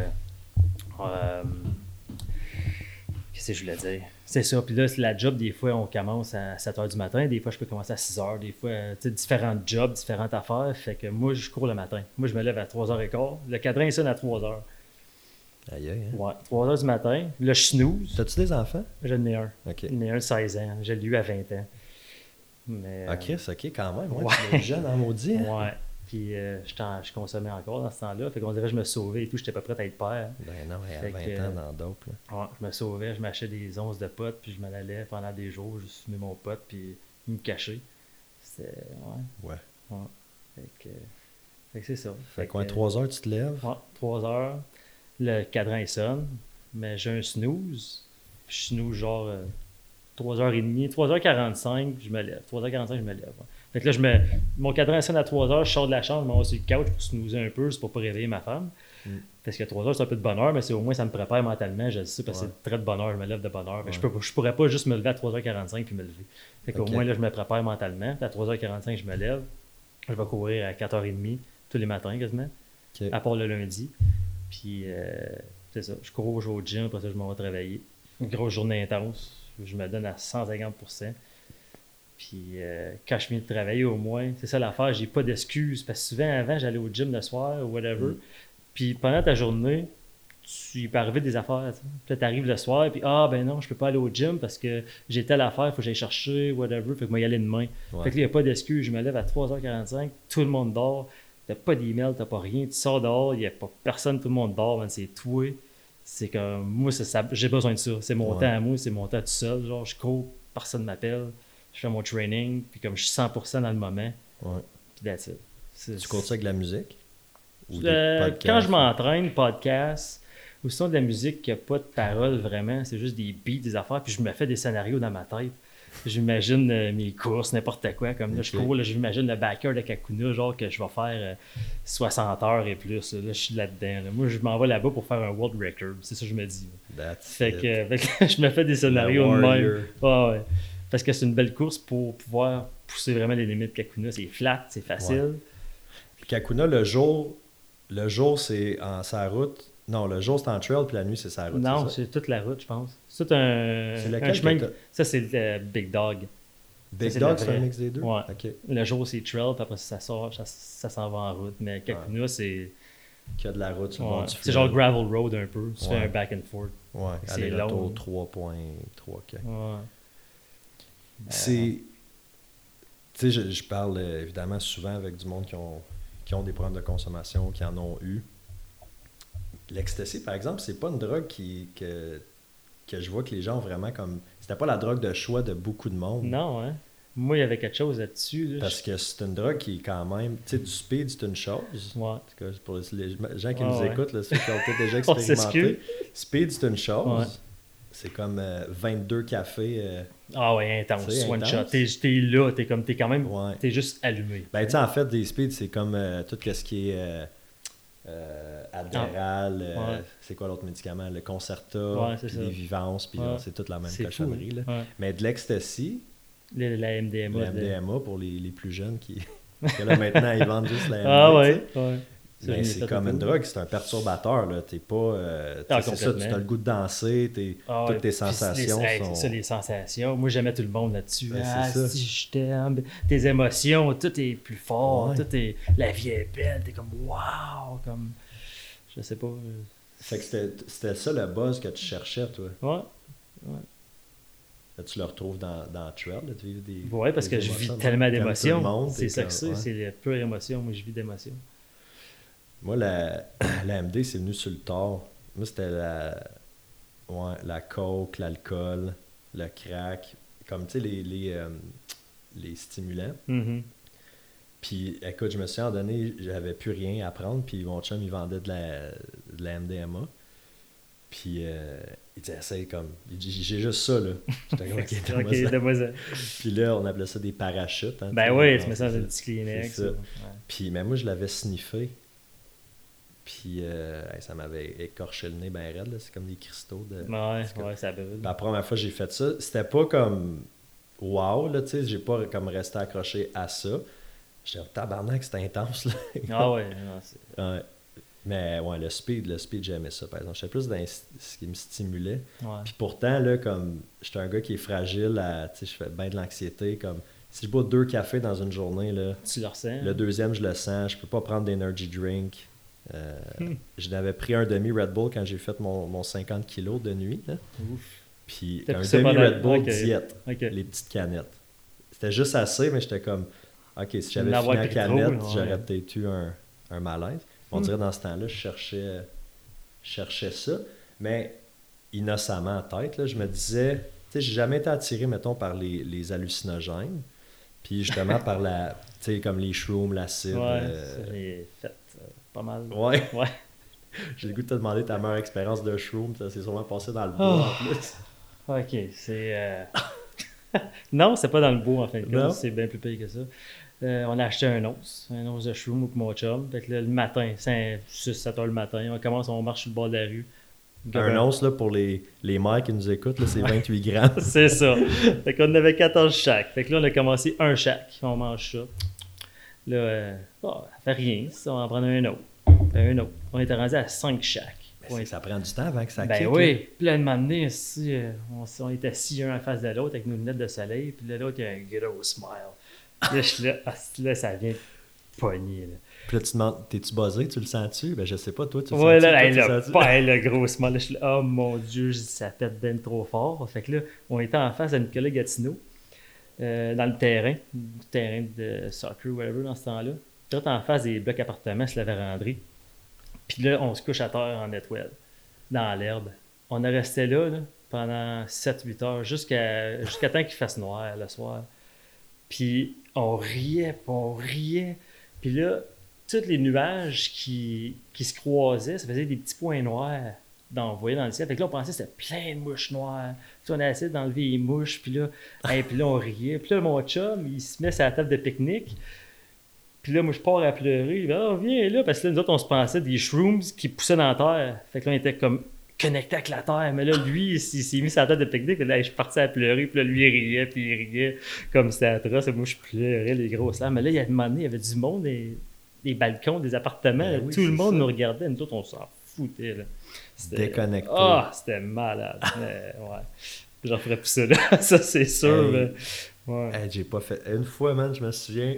euh, qu'est-ce que je voulais dire? C'est ça. Puis là, c'est la job, des fois, on commence à sept heures du matin. Des fois, je peux commencer à six heures. Des fois, euh, tu sais, différents jobs, différentes affaires. Fait que moi, je cours le matin. Moi, je me lève à trois heures quinze. Le cadran sonne à trois heures. Aïe, aïe, hein? Ouais, trois heures du matin. Là, je snooze. T'as-tu des enfants? J'en ai un. OK. J'en ai un de seize ans. Je l'ai eu à vingt ans. Mais, Ah, Chris, OK, quand même. Ouais, ouais. tu es jeune en maudit. Hein? Ouais. Puis euh, je, t'en- je consommais encore dans ce temps-là. Fait qu'on dirait que je me sauvais et tout. J'étais pas prêt à être père. Ben non, à Fait vingt que, ans dans dope. Là. Ouais, je me sauvais, je m'achetais des onces de potes, puis je m'en allais pendant des jours, je fumais mon pote, puis me cacher. C'était. Ouais. Ouais. Ouais. Fait que, fait que c'est ça. Fait quoi, que, trois heures, tu te lèves? Ouais, trois heures. Le cadran il sonne, mais j'ai un snooze. Je snooze genre euh, trois heures trente, trois heures quarante-cinq, je me lève. trois heures quarante-cinq, je me lève. Ouais. Fait que là, je me, mon cadran sonne à trois heures, je sors de la chambre, je m'en vais sur le couch pour snoozer un peu, c'est pour pas réveiller ma femme. Mm. Parce que trois heures, c'est un peu de bonheur, mais c'est au moins ça me prépare mentalement, je le sais, parce que ouais. c'est très de bonheur, je me lève de bonheur. Ouais. Je, peux, je pourrais pas juste me lever à trois heures quarante-cinq puis me lever. Fait qu'au okay. moins, là, je me prépare mentalement. Puis à trois heures quarante-cinq, je me lève. Je vais courir à quatre heures trente tous les matins quasiment, okay. à part le lundi. Puis euh, c'est ça, je cours, je vais au gym, après ça, je m'en vais travailler. Une grosse journée intense, je me donne à cent cinquante pour cent. Puis euh, quand je finis de travailler, au moins, c'est ça l'affaire, j'ai pas d'excuses. Parce que souvent, avant, j'allais au gym le soir ou whatever. Mm. Puis pendant ta journée, tu peux arriver des affaires. Puis tu arrives le soir, puis ah ben non, je peux pas aller au gym parce que j'ai telle affaire, il faut que j'aille chercher, whatever. Fait que moi, y aller demain. Ouais. Fait que là, il n'y a pas d'excuses. Je me lève à trois heures quarante-cinq, tout le monde dort. T'as pas d'email, t'as pas rien. Tu sors dehors, il n'y a pas personne, tout le monde dort, man, c'est toi. C'est comme, moi, c'est ça, j'ai besoin de ça. C'est mon ouais. temps à moi, c'est mon temps tout seul. Genre, je cours, personne m'appelle. Je fais mon training, puis comme je suis cent pour cent dans le moment. Ouais. Puis that's it. C'est, tu cours ça avec de la musique? Ou euh, quand je m'entraîne, podcast, ou sinon de la musique qui n'a pas de paroles vraiment, c'est juste des beats, des affaires, puis je me fais des scénarios dans ma tête. J'imagine euh, mes courses, n'importe quoi. Comme là, okay. je cours, là, j'imagine le backer de Kakuna, genre que je vais faire euh, soixante heures et plus. Là, là je suis là-dedans. Là. Moi, je m'en vais là-bas pour faire un world record. C'est ça que je me dis. Fait que, euh, fait que je me fais des scénarios de même. Oh, ouais. Parce que c'est une belle course pour pouvoir pousser vraiment les limites de Kakuna. C'est flat, c'est facile. Ouais. Puis Kakuna, le jour, le jour c'est en sa route. Non, le jour c'est en trail, puis la nuit c'est sa route. Non, c'est, c'est toute la route, je pense. C'est tout un, c'est un chemin. Ça, c'est le Big Dog. Big ça, Dog, c'est un mix des deux? Ouais. Okay. Le jour, c'est trail, puis après, ça sort, ça, ça s'en va en route. Mais Kakuna, ouais. c'est. Qu'il y a de la route sur le ouais. bord du C'est genre gravel road un peu. Tu ouais. fais un back and forth. Ouais, c'est long. trois virgule trois. Okay. Ouais. C'est. Tu sais, je, je parle euh, évidemment souvent avec du monde qui ont, qui ont des problèmes de consommation, qui en ont eu. L'ecstasy, par exemple, c'est pas une drogue qui, que, que je vois que les gens ont vraiment comme... C'était pas la drogue de choix de beaucoup de monde. Non, hein? Moi, il y avait quelque chose là-dessus. Là. Parce que c'est une drogue qui est quand même... Tu sais, du speed, c'est une chose. Ouais. Pour les gens qui ah, nous ouais. écoutent, là, ceux qui ont peut-être déjà expérimenté. Speed, c'est une chose. Ouais. C'est comme euh, vingt-deux cafés... Euh, ah ouais, intense. One intense. shot. T'es, t'es là, t'es comme... T'es quand même... Ouais. T'es juste allumé. Ben, tu sais, en fait, des speeds, c'est comme euh, tout ce qui est... Euh, Euh, Adderall, ah, euh, ouais. c'est quoi l'autre médicament? Le Concerta, ouais, puis les Vivances, puis ouais. c'est toute la même c'est cochonnerie. Fou, là. Ouais. Mais de l'ecstasy, le, la M D M A. La M D M A pour les, les plus jeunes qui. Parce que là maintenant ils vendent juste la M D M A. Ah ouais. ouais. Mais c'est comme une drogue, c'est un perturbateur. Là. T'es pas. Euh, ah, c'est ça, tu as le goût de danser, t'es, ah, toutes tes sensations. Les, sont... C'est ça, les sensations. Moi, j'aimais tout le monde là-dessus. Ben, ah, c'est ça. Si je t'aime, tes émotions, tout est plus fort, ouais. tout est. La vie est belle, t'es comme waouh, comme. Je sais pas. Fait que c'était, c'était ça le buzz que tu cherchais, toi. Ouais. ouais. Là, tu le retrouves dans, dans Trail, là, tu vis des. Oui, parce des que émotions, je vis tellement d'émotions. Monde, c'est ça comme, que c'est, ouais. c'est la pure émotion. Moi, je vis d'émotions. Moi, la, la M D, c'est venu sur le tard. Moi, c'était la, ouais, la coke, l'alcool, le crack, comme, tu sais, les, les, euh, les stimulants. Mm-hmm. Puis, écoute, je me suis donné, j'avais plus rien à prendre, puis mon chum, il vendait de la, de la M D M A. Puis, euh, il disait, c'est comme, il dit, j'ai juste ça, là. J'étais comme, ok, donne-moi okay, ça. Donne-moi ça. Puis là, on appelait ça des parachutes. Hein, ben oui, tu mets ça dans un petit Kleenex. Ouais. Puis, mais moi, je l'avais sniffé. Puis, euh, ça m'avait écorché le nez bien raide, là. C'est comme des cristaux de... Ouais, comme... ouais, ça brûle. La première fois que j'ai fait ça, c'était pas comme, wow, là, tu sais, j'ai pas comme resté accroché à ça. J'étais tabarnak, c'était intense, là. Ah ouais, non, c'est... Ouais. Mais ouais, le speed, le speed, j'aimais ça, par exemple. J'étais plus dans ce qui me stimulait. Ouais. Puis pourtant, là, comme, j'étais un gars qui est fragile, à, tu sais, je fais bien de l'anxiété, comme, si je bois deux cafés dans une journée, là, tu le ressens? Le deuxième, je le sens, je peux pas prendre d'energy drink. Euh, Hmm. Je n'avais pris un demi Red Bull quand j'ai fait mon, mon cinquante kilos de nuit. Là. Ouf. Puis T'as un pris ça demi pendant- Red Bull ok. diète, OK. les petites canettes. C'était juste assez, mais j'étais comme, OK, si j'avais En fini avoir la pris trop, canette, là, ouais. j'aurais peut-être eu un, un malaise. On Hmm. dirait dans ce temps-là, je cherchais, je cherchais ça. Mais innocemment en tête, là, je me disais, tu sais, j'ai jamais été attiré, mettons, par les, les hallucinogènes. Puis justement par la, tu sais, comme les shrooms, l'acide. Ouais, euh, ça, j'ai fait euh, pas mal. Ouais. Ouais. J'ai le goût de te demander ta meilleure expérience de shroom. Ça s'est sûrement passé dans le bois Oh. en plus. OK, c'est... euh, non, c'est pas dans le bois, en fin de Non? compte. C'est bien plus payé que ça. Euh, on a acheté un once, un once de shroom pour mon chum. Fait que là, le matin, c'est six sept heures le matin, on commence, on marche sur le bord de la rue. Un once, là, pour les, les mères qui nous écoutent, là, c'est vingt-huit grammes. C'est ça. Fait qu'on en avait quatorze chaque. Fait que là, on a commencé un chaque. On mange ça. Là, euh, oh, ça fait rien. Ça, on va en prendre un autre. Puis un autre. On était rendu à cinq chaque. Mais c'est que ça prend du temps avant que ça Ben kick, oui. Puis là, un moment donné, ici, euh, on, s- on était assis un en face de l'autre avec nos lunettes de soleil. Puis là, l'autre, il a un gros smile. Là, je suis là, ah, là, ça vient pogner. Là. Puis là, tu te demandes, t'es-tu buzzé? Tu le sens-tu? Ben je sais pas, toi, tu le Ouais, sens-tu? là, Toi, hey, tu le là, sens-tu? pas, hey, le gros smile. Là, je suis là, oh mon Dieu, je dis, ça pète ben trop fort. Fait que là, on était en face à Nicolas Gatineau, euh, dans le terrain, du terrain de soccer ou whatever dans ce temps-là. Tout en face des blocs appartements sur la vérandrie. Puis là, on se couche à terre en étoile, dans l'herbe. On est resté là, là pendant sept huit heures, jusqu'à jusqu'à temps qu'il fasse noir le soir. Puis on riait, puis on riait. Puis là, tous les nuages qui, qui se croisaient, ça faisait des petits points noirs dans, vous voyez dans le ciel. Fait que là, on pensait que c'était plein de mouches noires. Puis on a essayé d'enlever les mouches, puis là, hey, puis là, on riait. Puis là, mon chum, il se met sur la table de pique-nique. Puis là, moi, je pars à pleurer. Il dit, ah, viens là. Parce que là, nous autres, on se pensait des shrooms qui poussaient dans la terre. Fait que là, on était comme connectés avec la terre. Mais là, lui, il s'est il s'est mis sur la table de pique-nique. Puis là, je suis parti à pleurer. Puis là, lui, il riait. Puis il riait comme c'était atroce. Et moi, je pleurais les grosses larmes. Mais là, il y a un moment donné, il y avait du monde, des, des balcons, des appartements. Ben là. oui, Tout le c'est monde ça. nous regardait. Nous autres, on s'en foutait. Là. C'était- Déconnecté. Ah, c'était malade. Mais, ouais. J'en ferais plus ça, là. Ça, c'est sûr. Hey. mais- ouais. Hey, j'ai pas fait. Une fois, man, je me souviens,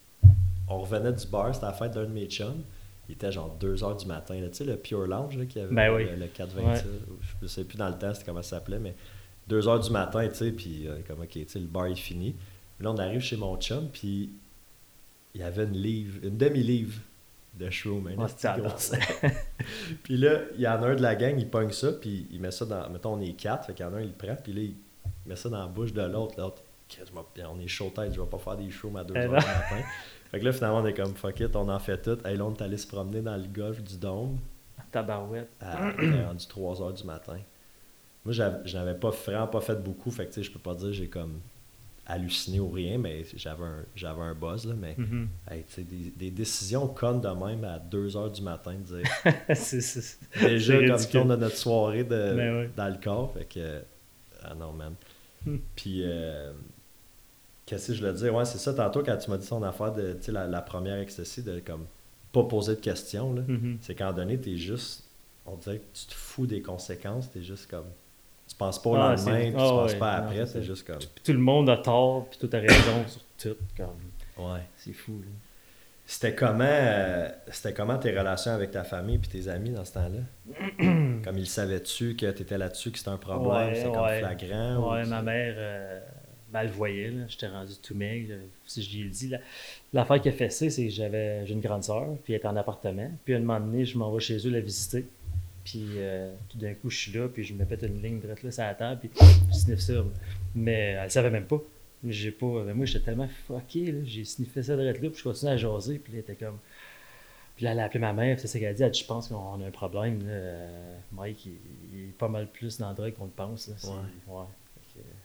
on revenait du bar, c'était la fête d'un de mes chums. Il était genre deux heures du matin. là. Tu sais, le Pure Lounge là, qui avait Ben oui. le, le quatre vingt, Ouais. ça, je ne sais plus dans le temps c'était comment ça s'appelait, mais deux heures du matin, tu sais, puis euh, comme ok, tu sais, le bar est fini. Puis là, on arrive chez mon chum, puis il y avait une livre, une demi-livre de shroom. Un Ouais, esti c'est gros adorable. sac. Puis là, il y en a un de la gang, il pogne ça, puis il met ça dans. Mettons, on est quatre, fait qu'il y en a un, il le prend, puis là, il met ça dans la bouche de l'autre. L'autre, Christ, je m'en- on est chaud tête, je vais pas faire des shrooms à deux Eh heures non. du matin. Fait que là, finalement, on est comme fuck it, on en fait tout. Hey, là, on est allé se promener dans le golfe du Dôme Tabarouette. à on est rendu trois heures du matin. Moi, j'avais- je n'avais pas vraiment pas fait beaucoup, fait que tu sais, je peux pas dire que j'ai comme halluciné ou rien, mais j'avais un, j'avais un buzz, là, mais Mhm. hey, tu sais, des, des décisions connes de même à deux heures du matin, de dire c'est, c'est, c'est déjà comme ridicule. tourne de notre soirée de, Ben ouais. dans le corps, fait que ah non, man. Hmm. Puis euh, qu'est-ce que je voulais dire? Ouais, c'est ça, tantôt quand tu m'as dit son affaire de, tu sais, la, la première ecstasy, de comme pas poser de questions, là. Mhm. C'est qu'à un donné, t'es juste, on dirait que tu te fous des conséquences, t'es juste comme, tu penses pas au Ah, lendemain, c'est- puis tu ah penses ouais, pas non, après, c'est t'es ça. juste comme, Puis tout le monde a tort, puis tout a raison sur tout. Comme... ouais. C'est fou. Là. C'était comment, euh, c'était comment tes relations avec ta famille puis tes amis dans ce temps-là? Comme ils savaient-tu que t'étais là-dessus, que c'était un problème, Ouais, c'était comme ouais. flagrant? Ouais, ou- ma mère, euh, ben, elle le voyait. Là. J'étais rendu tout maigre. Si je lui ai dit, là, l'affaire qui a fait ça, c'est que j'avais, j'ai une grande sœur, puis elle est en appartement. Puis à un moment donné, je m'en vais chez eux la visiter. Puis euh, tout d'un coup, je suis là, puis je me pète une ligne droite là sur la table, puis je sniffe ça. Mais elle savait même pas. J'ai pas. Mais moi, j'étais tellement fucké, là. J'ai sniffé ça droite là, puis je continuais à jaser, puis elle était comme. Puis là, elle a appelé ma mère, puis c'est ça qu'elle a dit. Elle dit, je pense qu'on a un problème. Là. Euh, Mike, il, il est pas mal plus dans la drogue qu'on le pense. Là. C'est- Ouais. ouais. Fait que,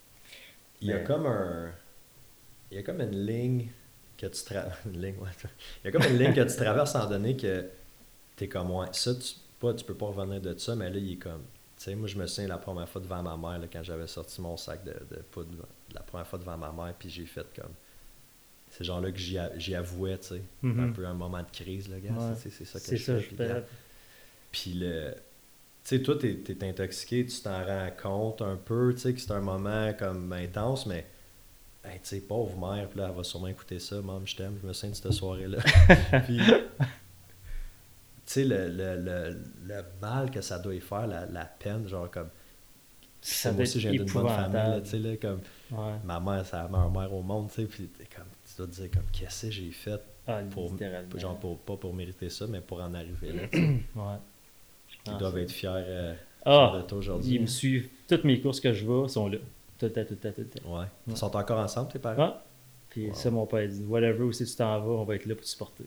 Il y a Mais- comme un. Il y a comme une ligne que tu traverses. Une ligne, ouais. Il y a comme une ligne que tu traverses en donné que t'es comme ouais. Ça, tu, pas, tu peux pas revenir de ça, mais là, il est comme. Tu sais, moi, je me souviens la première fois devant ma mère, là, quand j'avais sorti mon sac de, de poudre, la première fois devant ma mère, puis j'ai fait comme. C'est genre là que j'y, a- j'y avouais, tu sais. Mhm. Un peu un moment de crise, le gars. Ouais. C'est, c'est ça que c'est je ça, fais. je puis, fais. gars, puis le. Tu sais, toi, t'es, t'es intoxiqué, tu t'en rends compte un peu, tu sais, que c'est un moment comme intense, mais. Hey, tu sais, pauvre mère, puis là, elle va sûrement écouter ça. Maman, je t'aime, je me souviens de cette soirée-là. Puis. sais, le, le, le, le mal que ça doit y faire, la, la peine, genre comme... Ça moi doit aussi, être j'ai d'une bonne famille, là, épouvantable. tu sais, là, comme... Ouais. Ma mère, c'est la meilleure mère au monde, tu sais, puis t'es comme, tu dois te dire, comme, qu'est-ce que j'ai fait Ah, pour... littéralement. Genre, pour, pas pour mériter ça, mais pour en arriver là, tu sais. Ouais. Ils Ah, doivent c'est- être fiers, euh, Ah, fiers de toi aujourd'hui. ils me suivent. Toutes mes courses que je vais sont là. Tout à tout à tout à. Ouais. Ouais. Ils sont encore ensemble, tes parents? Ouais. Puis Wow. ça, mon père dit, whatever, où c'est que tu t'en vas, on va être là pour te supporter.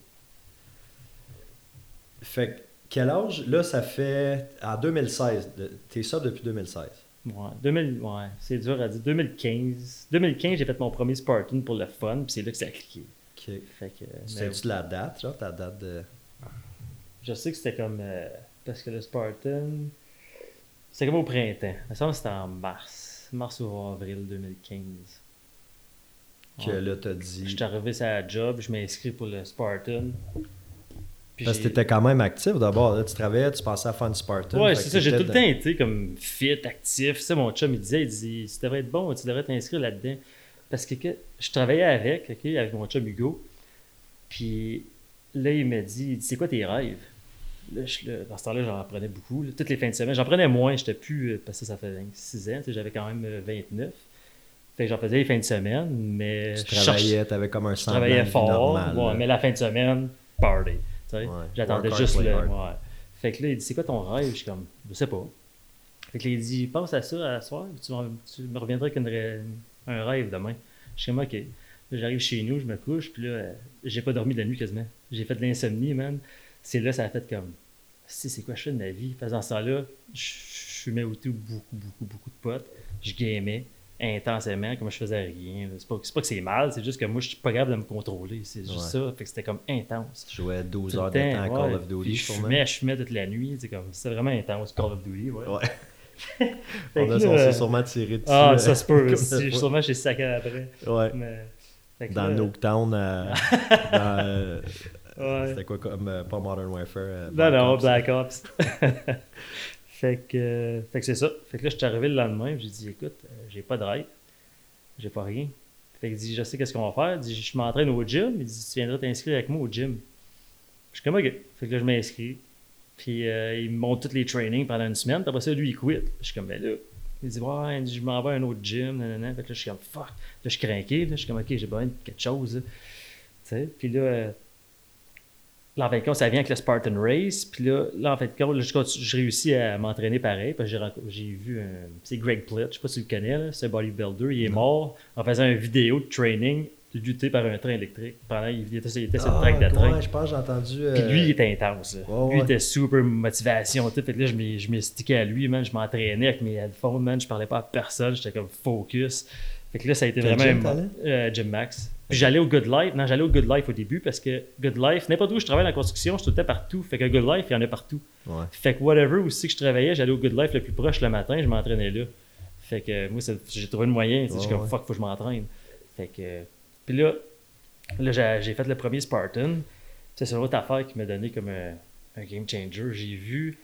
Fait que, quel âge? Là, ça fait... En deux mille seize. de- T'es ça depuis deux mille seize. Ouais, deux mille, ouais, c'est dur à dire. deux mille quinze. deux mille quinze, j'ai fait mon premier Spartan pour le fun, puis c'est là que ça a cliqué. OK. Fait que, mais Sais-tu la date, genre, ta date de... je sais que c'était comme. euh, parce que le Spartan. C'était comme au printemps. Il me semble que c'était en mars. Mars ou avril deux mille quinze. Que Ouais. là, t'as dit... Je suis arrivé sur la job, je m'ai inscrit pour le Spartan. Puis Parce que j'ai- t'étais quand même actif d'abord. Là, tu travaillais, tu pensais à faire une Spartan. Ouais, fait c'est que ça, j'ai tout t'étais le temps été comme fit, actif. Tu sais, mon chum, il disait, il dit, tu devrais être bon, tu devrais t'inscrire là-dedans. Parce que, que je travaillais avec, ok, avec mon chum Hugo. Puis là, il m'a dit, il dit, c'est quoi tes rêves? Là, je, là, dans ce temps-là, j'en prenais beaucoup. Là, toutes les fins de semaine. J'en prenais moins, j'étais plus, euh, parce que ça fait six ans, tu sais, j'avais quand même euh, vingt-neuf. Fait que j'en faisais les fins de semaine, mais Tu je cherchais- travaillais, t'avais comme un je semblant de travaillais vie fort, normale, ouais, là. mais la fin de semaine, party. Tu sais. Ouais. J'attendais Work hard, juste play le. hard. Ouais. Fait que là, il dit, c'est quoi ton rêve? Je suis comme, je sais pas. Fait que là, il dit, pense à ça à soir, puis tu, m'en- tu me reviendras avec une ré- un rêve demain. Je suis comme, ok. Là, j'arrive chez nous, je me couche, puis là, euh, j'ai pas dormi de la nuit quasiment. J'ai fait de l'insomnie, man. C'est là, ça a fait comme, si, c'est quoi je fais de ma vie? Parce que dans ce temps-là, je je fumais au tout beaucoup, beaucoup, beaucoup de potes. Je gamais intensément, comme je faisais rien. là. C'est pas, c'est pas que c'est mal, c'est juste que moi, je suis pas capable de me contrôler. C'est juste Ouais. ça. Fait que c'était comme intense. Tu jouais douze Tout le heures de temps à temps, Call ouais. of Duty, Puis je sûrement. fumais, je fumais toute la nuit. C'est comme, c'était vraiment intense, Call of Duty. Ouais. Ouais. Fait On, que a, là, on s'est euh, sûrement tiré dessus. Ah, euh, ça se peut. comme- si, sûrement, j'ai saqué après. Ouais. Mais, fait que Dans là, Nuketown, euh, dans... euh, ouais. C'était quoi comme... euh, pas Modern Warfare. euh, Non, non, Ops. Black Ops. fait que, euh, fait que c'est ça. Fait que là, je suis arrivé le lendemain, j'ai dit, écoute, euh, j'ai pas de rêve, j'ai pas rien. Fait qu'il dit, je sais qu'est-ce qu'on va faire. Il dit, je m'entraîne au gym. Il dit, tu viendras t'inscrire avec moi au gym. Je suis comme, ok. Fait que là, je m'inscris. Puis euh, il me montre tous les trainings pendant une semaine. Puis après ça, lui, il quitte. Je suis comme, ben là. Il dit, ouais, il dit, je m'en vais à un autre gym. Nanana. Fait que là, je suis comme, fuck. Là, je suis craqué. Là, je suis comme, ok, j'ai besoin de quelque chose. là. Tu sais, puis là, euh, là, en fin de compte, ça vient avec le Spartan Race. Puis là, là en fin de compte, là, je, continue- je réussis à m'entraîner pareil. Parce que j'ai, renco- j'ai vu un. C'est Greg Plitt, je sais pas si tu le connais, là, c'est un bodybuilder. Il est Non. mort en faisant une vidéo de training lutter par un train électrique. Pendant il était, il était sur le Ah, track de train. ouais, je pense que j'ai entendu... Puis euh, lui, il était intense. là. ouais, Lui, il ouais. était super motivation. Tout. Fait que là, je m'ai, je m'ai stické à lui, man. Je m'entraînais avec mes headphones, man. Je parlais pas à personne. J'étais comme focus. Fait que là, ça a été Quel vraiment... gym un- t'allais? euh, Gym Max. Puis j'allais au Good Life. Non, j'allais au Good Life au début parce que Good Life, n'importe où je travaille dans la construction, je suis tout le temps partout. Fait que Good Life, il y en a partout. Ouais. Fait que whatever aussi que je travaillais, j'allais au Good Life le plus proche le matin, je m'entraînais là. Fait que moi, ça- j'ai trouvé le moyen. tu sais, Je suis Ouais, comme ouais. fuck, faut que je m'entraîne. Fait que. Puis là, là j'ai, j'ai fait le premier Spartan. Ça, c'est une autre affaire qui m'a donné comme un, un game changer. J'ai vu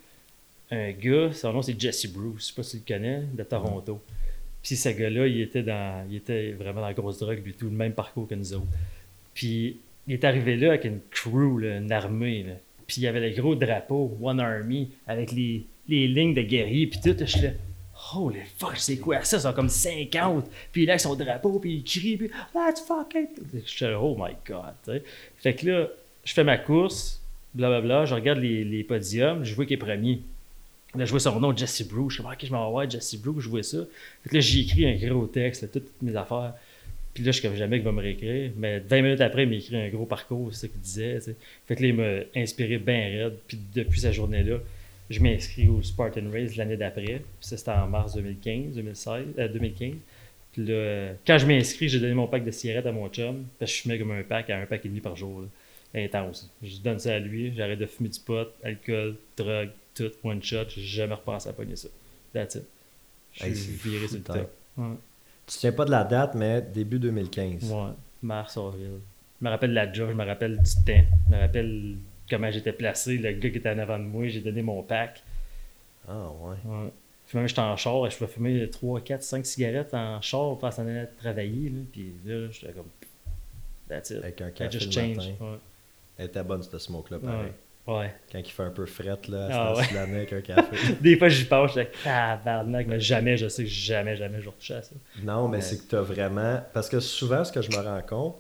un gars, son nom c'est Jesse Bruce, je sais pas si tu le connais, de Toronto. Puis ce gars-là, il était dans. Il était vraiment dans la grosse drogue, lui, tout le même parcours que nous autres. Puis il est arrivé là avec une crew, là, une armée. Là. Puis il y avait le gros drapeau, One Army, avec les, les lignes de guerriers, puis tout. Je suis là, holy fuck, c'est quoi ça? Ils sont comme cinquante. Puis il a son drapeau, puis il crie, puis let's fuck it. Je suis là, oh my god. T'sais. Fait que là, je fais ma course, blablabla, je regarde les, les podiums, je vois qu'il est premier. Là, je vois son nom, Jesse Bruce. Je suis comme, ok, je m'en vais voir Jesse Bruce, je vois ça. Fait que là, j'ai écrit un gros texte, là, toutes mes affaires. Puis là, je suis comme jamais qu'il va me réécrire. Mais vingt minutes après, il m'a écrit un gros parcours, c'est ça qu'il disait. T'sais. Fait que là, il m'a inspiré bien raide. Puis depuis cette journée-là, je m'inscris au Spartan Race l'année d'après. Puis ça, c'était en mars deux mille quinze, deux mille seize, euh, deux mille quinze. Puis là, euh, quand je m'inscris, j'ai donné mon pack de cigarettes à mon chum. Parce que je fumais comme un pack à un pack et demi par jour. Là. Intense. Je donne ça à lui, j'arrête de fumer du pot, alcool, drogue, tout, one shot. J'ai jamais repensé à pogner ça. That's it. Je Hey, suis c'est viré fou, sur le t'as- top. Ouais. Tu te tiens pas de la date, mais début deux mille quinze. Ouais, mars, avril. Je me rappelle la job, je me rappelle du temps. Je me rappelle comment j'étais placé. Le gars qui était en avant de moi, j'ai donné mon pack. Ah, ouais. Ouais. Puis même, j'étais en char et je pouvais fumer trois, quatre, cinq cigarettes en char pour s'en aller travailler. Là. Puis là, j'étais comme, that's it. Avec un I café just le changed. matin. Ouais. Elle était bonne, cette smoke-là, Ouais. pareil. Ouais. Quand il fait un peu fret, là, Ah, à ouais. se l'année avec un café. Des fois, j'y pense, je suis like, tabarnak, mais jamais, je sais que jamais, jamais je vais retoucher à ça. Non, mais Ouais. c'est que tu as vraiment. Parce que souvent, ce que je me rends compte,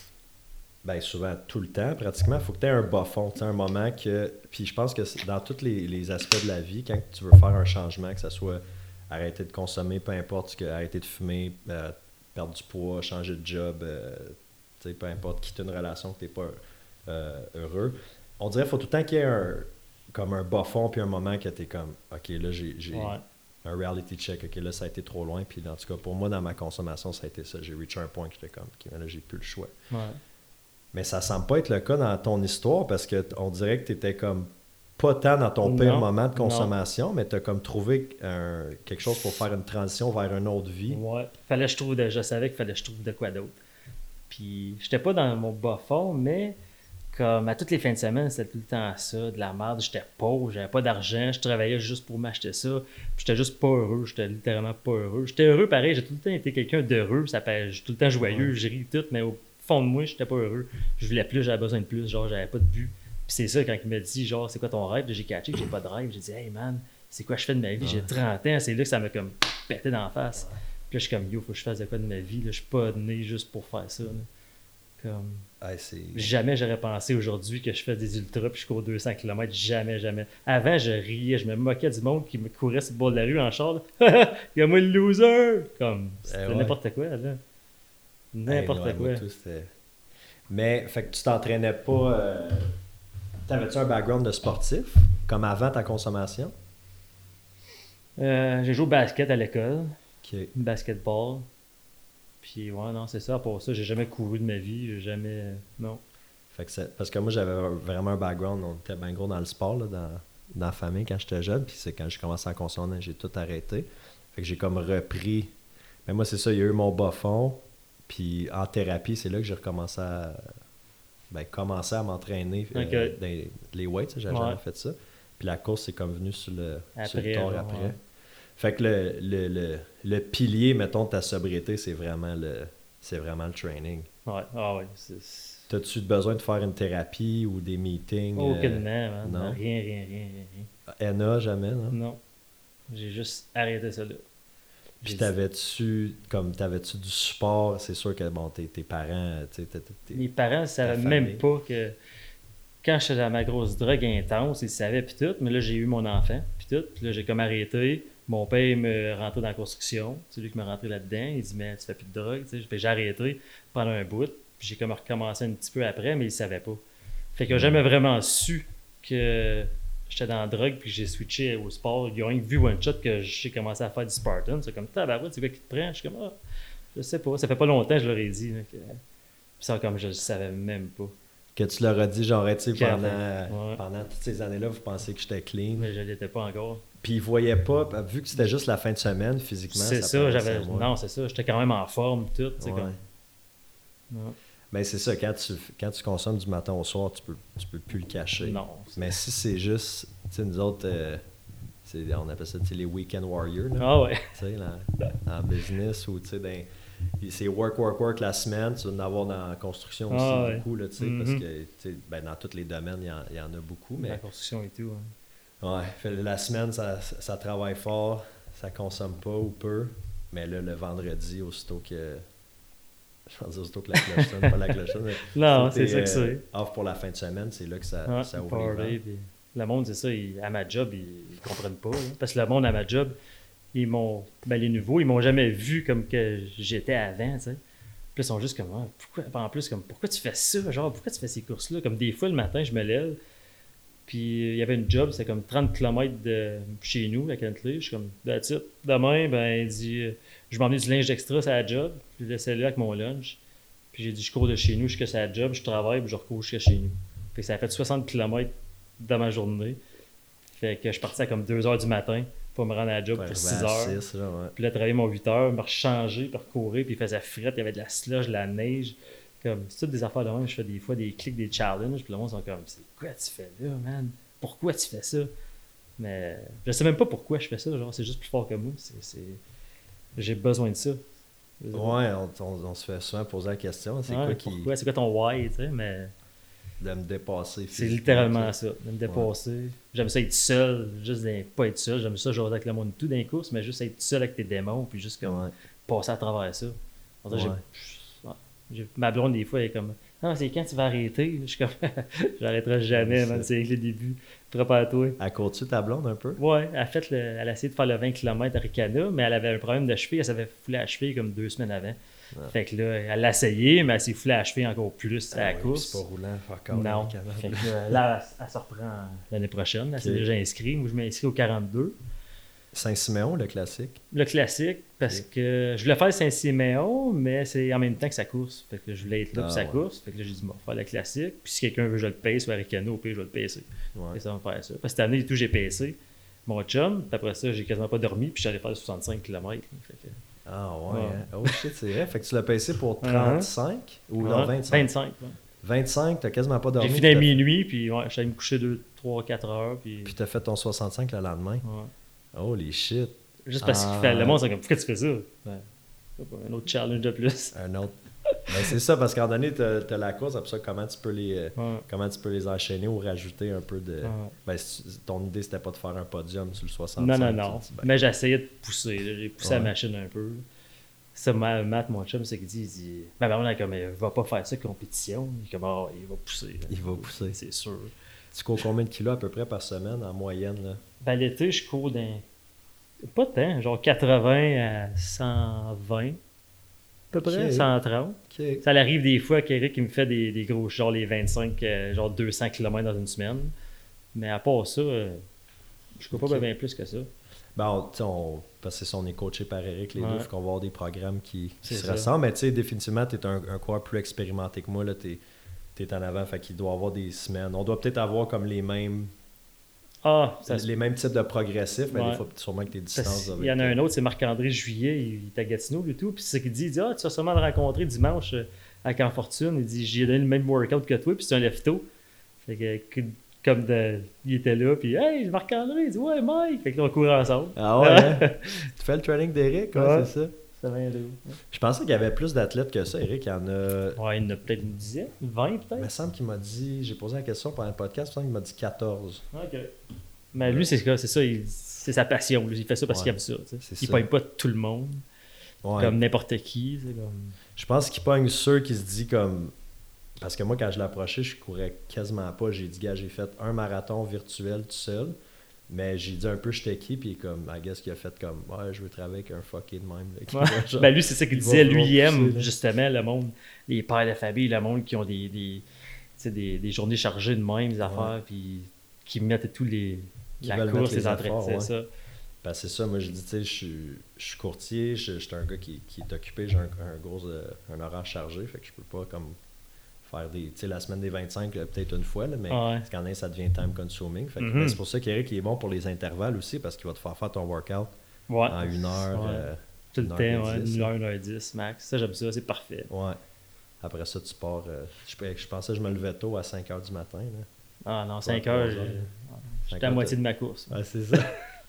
ben souvent, tout le temps, pratiquement, il faut que tu aies un bas fond, tu sais, un moment que. Puis je pense que c'est dans tous les, les aspects de la vie, quand tu veux faire un changement, que ce soit arrêter de consommer, peu importe, ce que, arrêter de fumer, euh, perdre du poids, changer de job, euh, tu sais, peu importe, quitter une relation que tu n'es pas euh, heureux, on dirait qu'il faut tout le temps qu'il y ait un, comme un bas fond, puis un moment que tu es comme, OK, là, j'ai. j'ai Ouais. un reality check, ok, là ça a été trop loin, puis en tout cas pour moi dans ma consommation ça a été ça, j'ai reach un point que j'étais comme, ok, mais là j'ai plus le choix. Ouais. Mais ça semble pas être le cas dans ton histoire parce que t- on dirait que tu étais comme pas tant dans ton pire Non, moment de non. consommation, mais tu as comme trouvé un- quelque chose pour faire une transition vers une autre vie. Ouais. Fallait que je trouve de, je savais qu'il fallait que je trouve de quoi d'autre. Puis, j'étais pas dans mon bas fond, mais comme à toutes les fins de semaine, c'était tout le temps ça, de la merde. J'étais pauvre, j'avais pas d'argent, je travaillais juste pour m'acheter ça. Puis j'étais juste pas heureux, j'étais littéralement pas heureux. J'étais heureux pareil, j'ai tout le temps été quelqu'un d'heureux, ça fait, j'ai tout le temps joyeux, Ouais. je ris tout, mais au fond de moi, j'étais pas heureux. Je voulais plus, j'avais besoin de plus, genre j'avais pas de but. Puis c'est ça, quand il me dit, genre, c'est quoi ton rêve? J'ai catché que j'ai pas de rêve. J'ai dit, hey man, c'est quoi je fais de ma vie? J'ai trente ans, c'est là que ça m'a comme pété d'en face. Puis là, je suis comme, yo, faut que je fasse de quoi de ma vie, là, je suis pas né juste pour faire ça. Là. Comme... Hey, c'est... Jamais j'aurais pensé aujourd'hui que je fais des ultras puis je cours deux cents kilomètres. Jamais, jamais. Avant, je riais, je me moquais du monde qui me courait sur le bord de la rue en char. Il y a moi le loser! Comme, c'était ouais. n'importe quoi, là. N'importe Hey, ouais, quoi. moi, tout, c'était- Mais, fait que tu t'entraînais pas... euh, T'avais-tu un background de sportif, comme avant ta consommation? Euh, j'ai joué au basket à l'école, Ok. basketball. Puis ouais, non, c'est ça. Pour ça, j'ai jamais couru de ma vie. J'ai jamais. Non. Fait que c'est- parce que moi, j'avais vraiment un background, on était bien gros dans le sport, là, dans, dans la famille quand j'étais jeune. Puis c'est quand j'ai commencé à consommer, j'ai tout arrêté. Fait que j'ai comme repris. Mais moi, c'est ça, il y a eu mon bas fond. Puis en thérapie, c'est là que j'ai recommencé à, ben, commencer à m'entraîner. euh, Ok. dans les weights, ça, j'avais Ouais. jamais fait ça. Puis la course, c'est comme venu sur le, sur le Après, tard là, après. ouais. Fait que le, le, le, le pilier, mettons, de ta sobriété, c'est vraiment le, c'est vraiment le training. Ouais, ah ouais. C'est... c'est- T'as-tu besoin de faire une thérapie ou des meetings? euh, Aucunement, man. non. Rien, rien, rien, rien, rien. N A, jamais, non? Non. J'ai juste arrêté ça là. Puis J'ai- t'avais-tu, comme, t'avais-tu du support? C'est sûr que, bon, tes, tes parents, tu sais, t'es- t'es- Mes parents ne savaient famille. même pas que quand j'étais dans ma grosse drogue intense, ils savaient puis tout, mais là j'ai eu mon enfant puis tout, puis là j'ai comme arrêté. Mon père il me rentrait dans la construction, c'est lui qui m'a rentré là-dedans, il dit mais tu fais plus de drogue, tu sais. Fait que j'ai arrêté pendant un bout, puis j'ai comme recommencé un petit peu après, mais il savait pas. Fait que j'ai jamais vraiment su que j'étais dans la drogue puis que j'ai switché au sport. Ils ont rien que vu one shot que j'ai commencé à faire du Spartan, c'est comme tabarouette, c'est quoi qui te prend? Je suis comme ah, je sais pas, ça fait pas longtemps que je leur ai dit là, que... Puis ça comme je le savais même pas. que tu leur as dit, genre, tu sais, Qu'à la pendant, fin, ouais. pendant toutes ces années-là, vous pensiez que j'étais clean. Mais je l'étais pas encore. Puis ils voyaient pas, vu que c'était juste la fin de semaine, physiquement, C'est ça ça, paraissait j'avais. moins. Non, c'est ça. J'étais quand même en forme, tout. tu sais, Ouais. Comme... Non. Ben c'est ça, quand tu, quand tu consommes du matin au soir, tu peux, tu peux plus le cacher. Non. c'est- Mais si c'est juste, tu sais, nous autres, euh, c'est- on appelle ça tu sais, les weekend warriors, là, Ah ouais. tu sais, dans- en business ou tu sais, dans- c'est work, work, work la semaine, tu vas en avoir dans la construction aussi Ah ouais. beaucoup, là, tu sais, parce Mhm. que tu sais, ben, dans tous les domaines, il y en, il y en a beaucoup, La mais construction et tout. hein. ouais, fait, la semaine, ça, ça travaille fort, ça consomme pas ou peu, mais là, le vendredi, aussitôt que. Je pense aussitôt que la cloche sonne, pas la cloche sonne, mais Non, si t'es, c'est ça que euh, c'est. off pour la fin de semaine, c'est là que ça, Ouais, ça ouvre les party, ventes. puis le monde, c'est ça. ils- à ma job, ils, ils comprennent pas. là. Parce que le monde à ma job, ils m'ont. Ben, les nouveaux, ils m'ont jamais vu comme que j'étais avant, tu sais. Puis là, ils sont juste comme, ah, pourquoi, en plus, comme, pourquoi tu fais ça? Genre, pourquoi tu fais ces courses-là? Comme des fois, le matin, je me lève, puis il y avait une job, c'était comme trente kilomètres de chez nous, à Kentley. Je suis comme, that's it. Demain, ben, il dit, euh, je m'en emmener du linge extra sur la job, puis je laissais là avec mon lunch. Puis j'ai dit, je cours de chez nous jusqu'à sa job, je travaille, puis je recours jusqu'à chez nous. Fait que ça a fait soixante kilomètres dans ma journée. Fait que je partais à comme deux heures du matin pour me rendre à la job Ouais, pour arrivé six à heures. six, là, ouais. Puis là, travailler mon huit heures, me rechanger, puis recourir, puis il faisait frette, il y avait de la slush, de la neige. Comme, c'est toutes des affaires de même. Je fais des fois des clics, des challenges, puis le monde sont comme, c'est quoi tu fais là, man? Pourquoi tu fais ça? Mais je sais même pas pourquoi je fais ça, genre, c'est juste plus fort que moi. C'est, c'est... J'ai besoin de ça. Ouais, on, on- on se fait souvent poser la question, c'est Ouais, quoi qui... pourquoi? C'est quoi ton why, tu sais, mais de me dépasser. C'est littéralement ça, de me dépasser. Ouais. J'aime ça être seul, juste d'être, pas être seul. J'aime ça jouer avec le monde tout d'un course, mais juste être seul avec tes démons, puis juste comme ouais. passer à travers ça. En ouais. j'ai, j'ai, ma blonde, des fois, elle est comme « Non, c'est quand tu vas arrêter? » Je suis comme « J'arrêterai jamais, man, c'est le début. Prépare-toi. » Elle court-tu ta blonde un peu? Ouais, elle a, fait le, elle a essayé de faire le vingt kilomètres à Ricana, mais elle avait un problème de cheville. Elle s'avait foulé à cheville comme deux semaines avant. Ouais. Fait que là, elle l'a essayé, mais elle s'est foulée à cheville encore plus à la oui, course. C'est pas roulant, encore. Non. Fait que là, là elle, elle se reprend l'année prochaine. Elle okay. s'est déjà inscrite. Moi, je m'ai inscrit au quarante-deux. Saint-Siméon, le classique? Le classique, parce okay. que je voulais faire Saint-Siméon, mais c'est en même temps que sa course. Fait que je voulais être là ah, pour sa ouais. course. Fait que là, j'ai dit, bon, faire le classique. Puis si quelqu'un veut, je le paye, ou à Ricana, au pire, je vais le payer. Ouais. Ça va me faire ça. Parce que cette année, et tout, j'ai payé. Mon chum, puis après ça, j'ai quasiment pas dormi, puis je suis allé faire soixante-cinq kilomètres. Fait que... Ah ouais, ouais. Hein? Oh shit, c'est vrai. Fait que tu l'as payé pour trente-cinq uh-huh. ou non, uh-huh. vingt-cinq? vingt-cinq, ouais. vingt-cinq, t'as quasiment pas dormi. J'ai fini à minuit, puis ouais, je suis allé me coucher deux, trois, quatre heures. Puis, puis t'as fait ton soixante-cinq le lendemain. Ouais. Holy shit. Juste parce ah. qu'il fait le monde, c'est comme, pourquoi tu fais ça? Ouais. Un autre challenge de plus. Un autre. Ben, c'est ça, parce qu'à un moment donné, t'as, t'as la course, après ça, comment tu peux les euh, ouais. comment tu peux les enchaîner ou rajouter un peu de... Ouais. Ben, ton idée, c'était pas de faire un podium sur le soixante-cinq. Non, non, non. Dis, ben, mais j'essayais de pousser. Là. J'ai poussé ouais. la machine un peu. Ça, Matt, mon chum, c'est qu'il dit, il dit... Ma maman, elle est comme, il va pas faire ça compétition. Il est comme, oh, il va pousser. Là. Il va pousser. C'est sûr. Tu cours combien de kilos à peu près par semaine, en moyenne, là? Ben, l'été, je cours d'un... Pas tant, genre quatre-vingts à cent vingt. À peu près, okay. cent trente. Okay. Ça arrive des fois qu'Éric me fait des, des gros, genre les vingt-cinq, euh, genre deux cents kilomètres dans une semaine. Mais à part ça, euh, je ne cours okay. pas bien plus que ça. Ben, on, on, parce que si on est coaché par Éric, les ouais. deux, il faut qu'on va avoir des programmes qui, qui se ça. ressemblent. Mais tu sais, définitivement, tu es un, un coureur plus expérimenté que moi. Tu es en avant, fait qu'il doit avoir des semaines. On doit peut-être avoir comme les mêmes... Ah, ça les mêmes types de progressifs, mais ouais. des fois, sûrement que tes distances. Il y en a un autre, c'est Marc-André Juillet, il est à Gatineau et tout. Puis c'est ce qu'il dit, il dit, ah, tu vas sûrement le rencontrer dimanche à Camp Fortune. Il dit, j'ai donné le même workout que toi, puis c'est un lefto. Fait que, comme de, il était là, puis hey, Marc-André, il dit, ouais, Mike. Fait que là, on court ensemble. Ah ouais, hein? Tu fais le training d'Éric, ouais, ouais. c'est ça? Ça vient d'où? Ouais. Je pensais qu'il y avait plus d'athlètes que ça, Éric. Il y en a. Ouais, il y en a peut-être une dizaine, vingt peut-être. Il me semble qu'il m'a dit, j'ai posé la question pendant le podcast, il me semble qu'il m'a dit quatorze. OK. Mais lui, c'est, c'est ça, il, c'est sa passion. Lui. Il fait ça parce ouais, qu'il aime ça. Il ne pogne pas tout le monde, ouais. comme n'importe qui. Comme... Je pense qu'il pogne ceux qui se disent comme... Parce que moi, quand je l'approchais, je courais quasiment pas. J'ai dit, gars, j'ai fait un marathon virtuel tout seul. Mais j'ai dit un peu, j'étais qui, puis comme, I guess qu'il a fait comme, ouais, je veux travailler avec un fucké de même. Là, ouais. genre, ben lui, c'est ça qu'il disait. Lui, il aime pousser, justement le monde, les pères de famille, le monde qui ont des, des, des, des journées chargées de même, des affaires, ouais. puis qui mettent tous les... Qui la course, les entraînements, c'est ouais. ça. Ben, c'est ça, moi je dis, tu sais, je suis, je suis courtier, je, je suis un gars qui, qui est occupé, j'ai un, un gros euh, un horaire chargé, fait que je peux pas comme faire des, tu sais, la semaine des vingt-cinq, là, peut-être une fois, là, mais ah ouais. quand même ça devient time consuming. Fait que, mm-hmm. ben, c'est pour ça qu'Éric est bon pour les intervalles aussi, parce qu'il va te faire faire ton workout ouais. en une heure. Ouais. Euh, Tout le temps, ouais, une heure, une heure dix max. Ça, j'aime ça, c'est parfait. Ouais. Après ça, tu pars. Euh, je, je pensais que je me levais tôt à cinq heures du matin. Là. Ah non, cinq heures, j'étais à moitié de ma course. Ouais, c'est ça.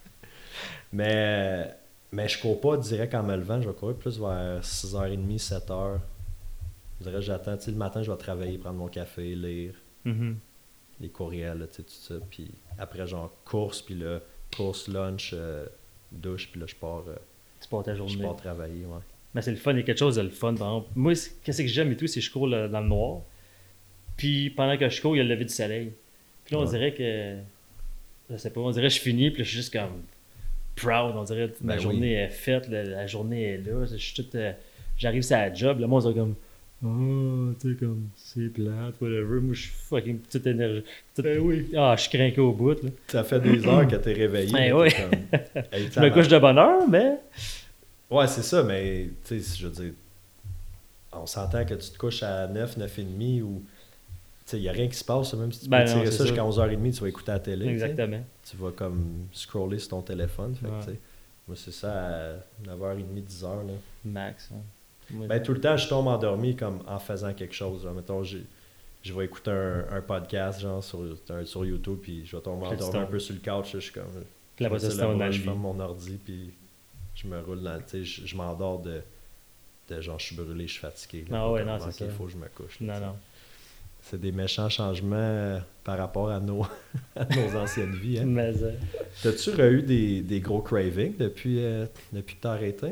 mais, mais je cours pas direct en me levant. Je vais courir plus vers six heures trente, sept heures. Je dirais, j'attends. Tu sais, le matin, je vais travailler, prendre mon café, lire mm-hmm. les courriels, là, tu sais, tout ça. Puis après, genre, course, puis là, course, lunch, euh, douche, puis là, je pars. Euh, tu pars ta journée. Je pars travailler, ouais. Mais c'est le fun, il y a quelque chose de le fun. Par exemple. Moi, qu'est-ce que j'aime et tout, c'est que je cours le, dans le noir. Puis pendant que je cours, il y a le lever du soleil. Puis là, on ouais. dirait que. Je sais pas, on dirait que je finis, puis là, je suis juste comme. Proud. On dirait que ma ben journée oui. est faite, la, la journée est là. Je suis tout. Euh, j'arrive sur la job, là, moi, on dirait comme. Oh, tu sais, comme. C'est plate, whatever. Moi, je suis fucking toute énergie. Toute, ben oui. Ah, je suis craqué au bout, là. Ça fait des heures que t'es réveillé. Ben oui. Comme... Hey, je me couche de bonne heure, mais. Ouais, c'est ça, mais, tu sais, je veux dire. On s'entend que tu te couches à neuf, neuf heures trente ou. Il n'y a rien qui se passe, même si tu ben peux non, tirer ça sûr. Jusqu'à onze heures trente, tu vas écouter la télé. Exactement. Tu vas comme scroller sur ton téléphone. Fait ouais. que, moi, c'est ça à neuf heures trente, dix heures. Là. Max. Hein. Ben, ben, tout le temps, je tombe endormi comme en faisant quelque chose. Là. Mettons, je vais écouter un, un podcast genre sur, un, sur YouTube, puis je vais tomber endormi un peu sur le couch. Là, je suis comme. La je, là, je ferme mon ordi, puis je me roule dans. Je, je m'endors de, de genre, je suis brûlé, je suis fatigué. Là, ah ouais, non, comme, c'est okay, ça. Il faut que je me couche. Là, non, non. c'est des méchants changements euh, par rapport à nos, à nos anciennes vies. Hein? Mais, euh, T'as-tu eu des, des gros cravings depuis, euh, depuis que t'as arrêté?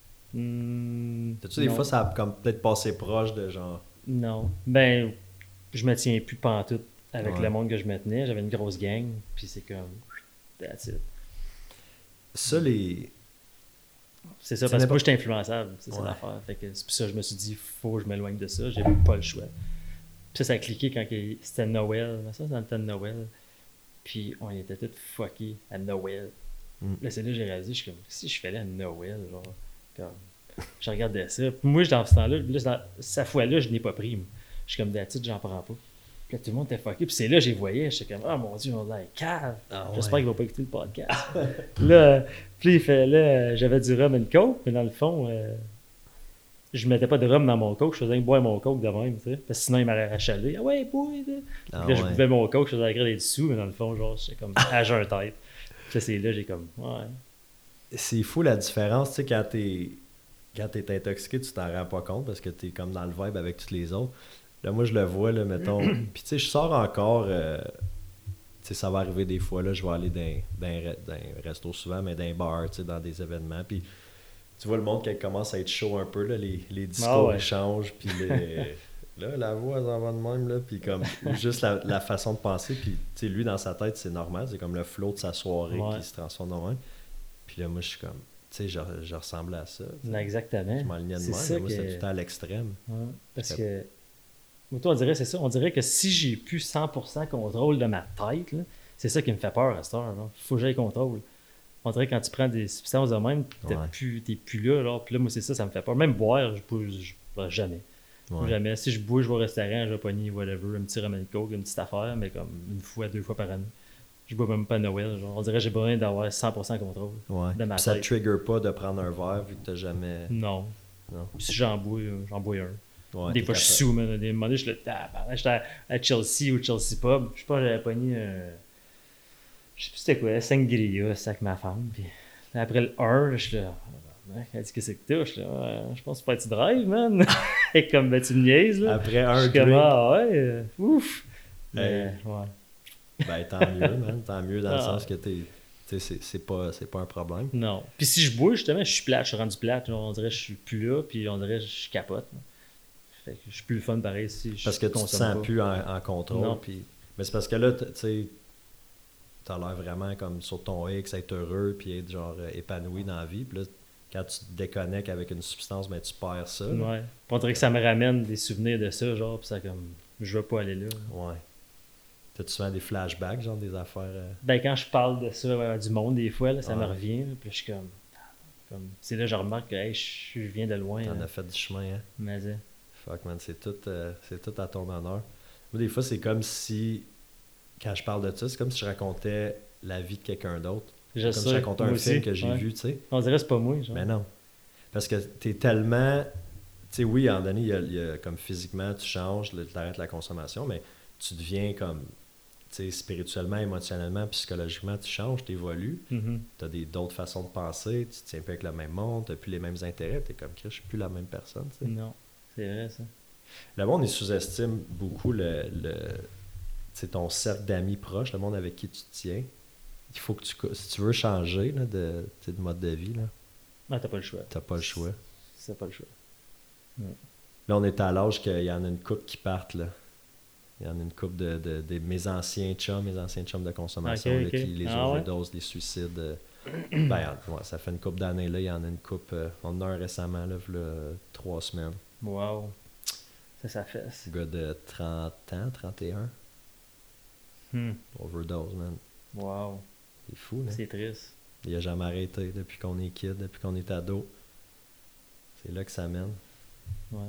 hmm, T'as-tu des non. fois, ça a comme peut-être passé proche de genre... Non. Ben, je me tiens plus pantoute avec Ouais. le monde que je me tenais. J'avais une grosse gang, puis c'est comme... That's it. Ça, les... C'est ça, Tu parce n'es que moi, j'étais influençable. C'est ça Ouais. l'affaire. Fait que c'est pour ça que je me suis dit, faut que je m'éloigne de ça. J'ai pas le choix. Puis ça, ça a cliqué quand il- c'était Noël. Ça, c'était dans le temps de Noël. Puis on était tous fuckés à Noël. Mm. Là, c'est là que j'ai réalisé, je suis comme, si je fais là à Noël, genre, comme, je regardais ça. Puis moi, dans ce temps-là, là, dans, cette fois-là, je n'ai pas pris. moi. Je suis comme, d'attitude, j'en prends pas. Puis là, tout le monde était fucké. Puis c'est là que je les voyais. J'étais comme, oh mon Dieu, on a l'air cave. Ah, J'espère ouais. qu'il va pas écouter le podcast. là, puis il fait, là, j'avais du rhum et une coke, mais dans le fond, euh, je mettais pas de rhum dans mon coke. Je faisais rien que boire mon coke de même, tu sais. Parce que sinon, il m'aurait rachalé. Ah ouais, bois, là. Ah, Puis là, je ouais. buvais mon coke, je faisais la grille des dessous, mais dans le fond, genre, j'étais comme à jeun tête. Puis là, c'est là, j'ai comme, ouais. C'est fou la différence, tu sais, quand t'es quand t'es intoxiqué, tu t'en rends pas compte parce que t'es comme dans le vibe avec tous les autres. Là, moi, je le vois, là, mettons. Puis, tu sais, je sors encore. euh, tu sais, ça va arriver des fois, là, je vais aller dans, dans, un re- dans un resto souvent, mais dans un bar, tu sais, dans des événements. Puis, tu vois le monde qui commence à être chaud un peu, là, les, les discours Ah ouais. ils changent, puis les- là, la voix, elle en va de même, là, puis comme, ou juste la, la façon de penser, puis, tu sais, lui, dans sa tête, c'est normal, c'est comme le flow de sa soirée Ouais. qui se transforme dans même. Puis là, moi, je suis comme, tu sais, je, je ressemblais à ça. tu sais. Non, exactement. Je m'alignais de C'est même, ça mais moi, que- c'était tout le temps à l'extrême. Ouais, parce Fait- que. Moi, toi, on dirait, c'est ça. On dirait que si j'ai plus cent pour cent contrôle de ma tête, là, c'est ça qui me fait peur à cette heure. Il faut que j'aie contrôle. On dirait que quand tu prends des substances de même, t'es Ouais. plus, t'es plus là. Là. Puis là, moi, c'est ça, ça me fait peur. Même boire, je bouge je bois jamais. Ouais. Jamais. Si je bouge, je vais au restaurant, je vais pogner whatever, un petit ramen coke, une petite affaire, mais comme une fois, deux fois par année. Je bois même pas à Noël. Genre. On dirait que j'ai besoin d'avoir cent pour cent contrôle. Ouais. De ma Puis ça te tête. trigger pas de prendre un verre vu que t'as jamais. Non. Non. Puis si j'en bois, euh, j'en bois un. Ouais, des t'es fois, je suis capable. sous, man. Des moments donné, je suis le tabarnak. J'étais à, à Chelsea ou Chelsea Pub. Je sais pas, j'avais pogné un. Je sais plus c'était quoi, Sangria, c'est avec ma femme. Puis après le un, je suis là. tabarnak, Elle dit que c'est que t'as. Je suis là, ouais, je pense que c'est pas tu drive, man. Et comme, ben, tu me niaises, là. Après Je un suis drink, comme, ah ouais, euh, ouf. Mais, Hey. ouais. ben tant mieux, man. Tant mieux dans le Ah. sens que t'es. Tu sais, c'est- c'est pas, c'est pas un problème. Non. Puis si je bouge, justement, je suis plate, je suis rendu plate. Genre, on dirait que je suis plus là, puis on dirait que je capote. là. Fait que je suis plus le fun pareil si je Parce que tu te consomme sens pas. plus en, en contrôle. Non. Puis... Mais c'est parce que là, t- tu sais, t'as l'air vraiment comme sur ton X, être heureux, puis être genre euh, épanoui dans la vie. Puis là, quand tu te déconnectes avec une substance, ben tu perds ça. là. Ouais. Puis on dirait que ça me ramène des souvenirs de ça, genre, puis ça comme, je veux pas aller là. Ouais. T'as-tu souvent des flashbacks, genre des affaires. euh, Ben, quand je parle de ça euh, du monde, des fois, là, ça me Ouais. revient, là, puis je suis comme, comme c'est là que je remarque que hey, je, je viens de loin. T'en là. as fait du chemin, hein? Mais, euh, Fuck, man, c'est tout, euh, c'est tout à ton honneur. Moi, des fois, c'est comme si, quand je parle de ça, c'est comme si je racontais la vie de quelqu'un d'autre. je Comme sais, si je racontais moi un film aussi, que j'ai ouais. vu, tu sais. On dirait que c'est pas moi, genre. Mais non. Parce que t'es tellement. Tu sais, oui, à un moment donné, il y a, il y a comme physiquement, tu changes, tu arrêtes la consommation, mais tu deviens comme. Tu sais, spirituellement, émotionnellement, psychologiquement, tu changes, tu évolues. Mhm. Tu as d'autres façons de penser, tu te tiens plus avec le même monde, tu n'as plus les mêmes intérêts, tu es comme, je suis plus la même personne. tu sais. Non, c'est vrai, ça. Le monde, il sous-estime beaucoup le, le, tu sais, ton cercle d'amis proches, le monde avec qui tu te tiens. Il faut que tu. Si tu veux changer là, de, tu sais, de mode de vie, là, Ah, t'as pas le choix. t'as pas le choix. C'est pas le choix. Là, on est à l'âge qu'il y en a une couple qui partent. Là. Il y en a une couple de, de, de mes anciens chums, mes anciens chums de consommation, Ok, là, ok. qui, les Ah ouais? overdoses, les suicides. euh, ben, ouais, ça fait une couple d'années. Là, il y en a une couple. euh, on en a un récemment, là, v'là trois semaines. Wow. Ça, ça fesse. Un gars de trente ans, trente et un. Hmm. Overdose, man. Wow. C'est fou, là. C'est triste. Il a jamais arrêté depuis qu'on est kid, depuis qu'on est ado. C'est là que ça mène. Ouais.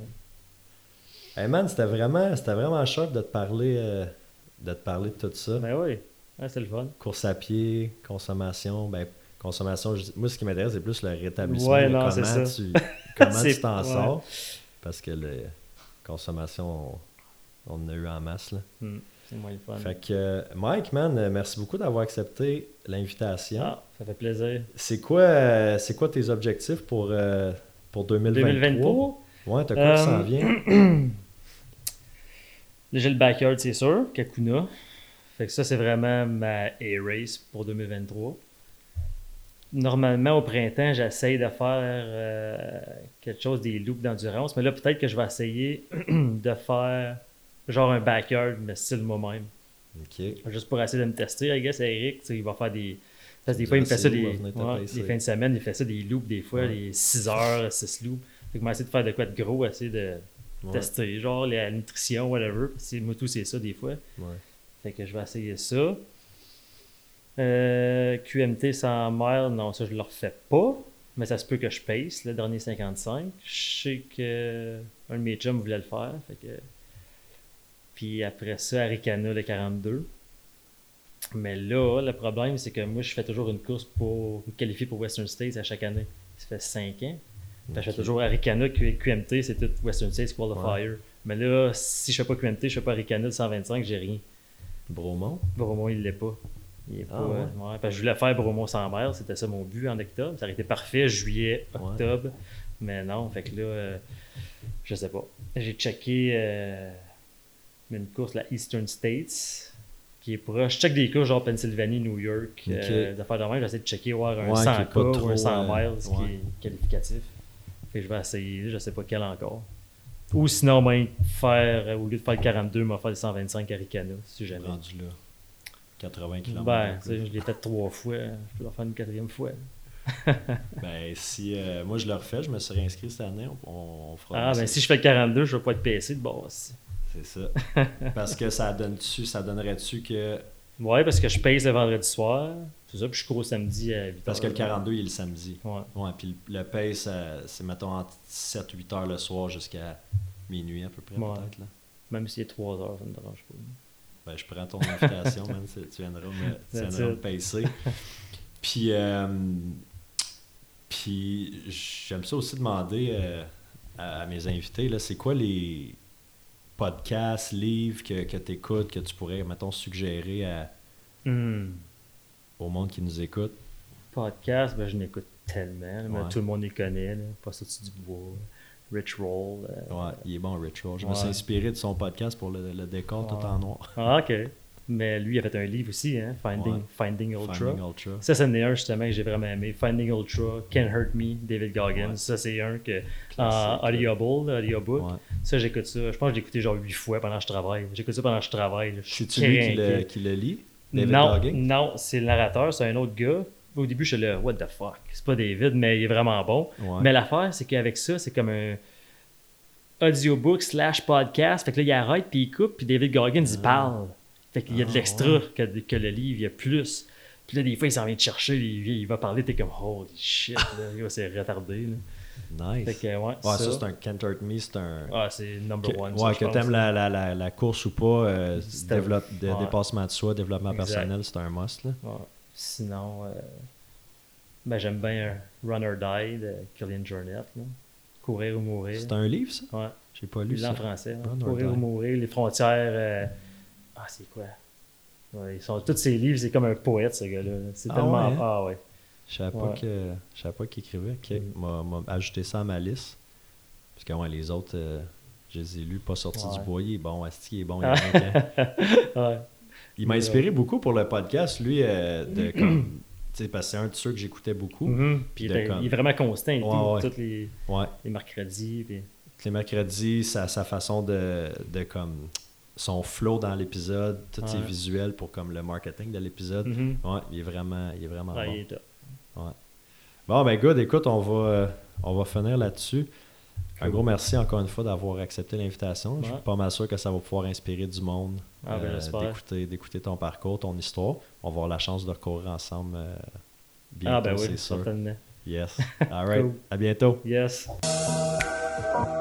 Hey man, c'était vraiment, c'était vraiment chouette de te parler, euh, de te parler de tout ça. Ben oui. Ah, c'est le fun. Course à pied, consommation, ben consommation. je- Moi, ce qui m'intéresse, c'est plus le rétablissement. Ouais, de non, comment c'est ça. tu, comment C'est- tu t'en ouais. sors. Parce que la consommation, on, on en a eu en masse. Là. Hmm. C'est moins le fun. Fait que, euh, Mike, man, euh, merci beaucoup d'avoir accepté l'invitation. Ah, ça fait plaisir. C'est quoi, euh, c'est quoi tes objectifs pour, euh, pour deux mille vingt-trois? deux mille vingt-trois? Ouais, t'as quoi qui s'en Euh, vient? Là, j'ai le backyard, c'est sûr, Kakuna. Fait que ça, c'est vraiment ma A-Race pour deux mille vingt-trois. Normalement, au printemps, j'essaye de faire euh, quelque chose, des loops d'endurance. Mais là, peut-être que je vais essayer de faire genre un backyard, mais style moi-même. OK. Juste pour essayer de me tester, I guess, Eric, il va faire des... Parce que des fois, il me fait ça des, ouais, des fins de semaine, il fait ça des loops, des fois, ouais. des six heures, six loops. Fait que moi, essayer de faire de quoi de gros, essayer de ouais. tester, genre la nutrition, whatever. C'est, moi, tout, c'est ça, des fois. Ouais. Fait que je vais essayer ça. Euh, Q M T cent miles, non, ça, je le refais pas. Mais ça se peut que je pace, le dernier cinquante-cinq. Je sais que un de mes chums voulait le faire. Fait que... Puis après ça, Arikana, le quarante-deux. Mais là, le problème, c'est que moi, je fais toujours une course pour me qualifier pour Western States à chaque année. Ça fait cinq ans. Okay. Je fais toujours Arikana, Q M T, c'est tout Western States Qualifier. Ouais. Mais là, si je fais pas Q M T, je fais pas Arikana de cent vingt-cinq, j'ai rien. Bromont? Bromont, il l'est pas. Il est ah, pas ouais. Euh, ouais, parce que je voulais faire Bromont cent miles, c'était ça mon but en octobre. Ça aurait été parfait, juillet, octobre. Ouais. Mais non, fait que là, euh, je sais pas. J'ai checké euh, une course, la Eastern States, qui est proche. Je check des courses genre Pennsylvanie, New York, okay. euh, d'affaires de même. J'essaie de checker voir un ouais, cent K ou un cent miles euh, qui ouais. est qualificatif. Fait que je vais essayer, je sais pas quel encore. Ou sinon, ben, faire, au lieu de faire le quarante-deux, je vais faire le cent vingt-cinq Arikana, si jamais. Rendu là. quatre-vingts kilomètres. Ben, tu sais, je l'ai fait trois fois. Je peux le faire une quatrième fois. ben, si euh, moi je le refais, je me serais inscrit cette année, on, on fera. Ah, ben, si je fais le quarante-deux, je vais pas être P C de base. C'est ça. Parce que ça donne-tu, ça donnerait-tu que. Ouais, parce que je paye le vendredi soir. C'est ça, puis je cours samedi à huit heures. Parce que le quarante-deux, il est le samedi. Ouais. Ouais, puis le, le pace, c'est mettons entre sept huit heures le soir jusqu'à minuit à peu près, ouais. peut-être. Là. Même s'il est trois heures, ça ne me dérange pas. Ben, je prends ton invitation, man. Tu viendras me, tu viendras me pacer. Puis, euh, puis, j'aime ça aussi demander euh, à, à mes invités, là, c'est quoi les podcasts, livres que, que tu écoutes, que tu pourrais, mettons, suggérer à, mm. au monde qui nous écoute? Podcasts, ben, je n'écoute tellement. Ouais. Mais tout le monde les connaît. Là. Pas sorti du bois. Rich Roll. Euh, ouais, il est bon, Rich Roll. Je ouais. me suis inspiré de son podcast pour le, le décor ouais. tout en noir. Ah, OK. Mais lui, il a fait un livre aussi, hein? Finding, ouais. Finding Ultra. Finding Ultra. Ça, c'est un justement que j'ai vraiment aimé. Finding Ultra, Can't Hurt Me, David Goggins. Ouais. Ça, c'est un que en uh, audible, audiobook. Ouais. Ça, j'écoute ça. Je pense que j'ai écouté genre huit fois pendant que je travaille. J'écoute ça pendant que je travaille. C'est-tu lui qui le, qui le lit? David non, Goggins? Non, c'est le narrateur, c'est un autre gars. Au début, je suis là, what the fuck? C'est pas David, mais il est vraiment bon. Ouais. Mais l'affaire, c'est qu'avec ça, c'est comme un audiobook slash podcast. Fait que là, il arrête, puis il coupe, puis David Goggins, ah. il parle. Fait qu'il y a de l'extra ah, ouais. que, que le livre, il y a plus. Puis là, des fois, il s'en vient te chercher, il, il va parler, t'es comme, holy shit, là, c'est retardé. Là. Nice. Fait que, ouais, ouais, ça, ça c'est un Can't Hurt Me, c'est un. Ah, c'est number que, one. Ouais, ça, que t'aimes la, la, la, la course ou pas, euh, développe, de, ouais. dépassement de soi, développement exact. Personnel, c'est un must. Là. Ouais. Sinon, euh, ben, j'aime bien Run or Die de Killian Jornet. Là. Courir ou mourir. C'est un livre, ça? Ouais. J'ai pas lu ça. En français. Courir ou mourir, les frontières. Euh... Ah, c'est quoi? Ouais, ils sont, tous ces livres, c'est comme un poète, ce gars-là. C'est ah tellement. Ouais, hein? Ah ouais. Je savais pas, ouais. que, je savais pas qu'il écrivait. Ok, mm. m'a, m'a ajouté ça à ma liste. Parce que ouais, les autres, euh, je les ai lus, pas sortis ouais. du bois. Il est bon, Asti, il est bon. Il, est ouais. il m'a inspiré ouais. beaucoup pour le podcast, lui, euh, de comme. Parce que c'est un de ceux que j'écoutais beaucoup. Mm-hmm. Puis il, comme... il est vraiment constant. Il ouais, ouais. tous les, ouais. les mercredis. Puis... Les mercredis, sa, sa façon de, de comme. Son flow dans l'épisode, tous ses ouais. visuels pour comme le marketing de l'épisode. Mm-hmm. Ouais, il est vraiment, il est vraiment ouais, bon. Il est top. Ouais. Bon, ben good, écoute, on va, euh, on va finir là-dessus. Cool. Un gros merci encore une fois d'avoir accepté l'invitation. Ouais. Je suis pas mal sûr que ça va pouvoir inspirer du monde ah, ben, euh, d'écouter, d'écouter ton parcours, ton histoire. On va avoir la chance de recourir ensemble euh, bientôt, ah, ben oui, c'est sûr. Certainement. Yes. All right. Cool. À bientôt. Yes.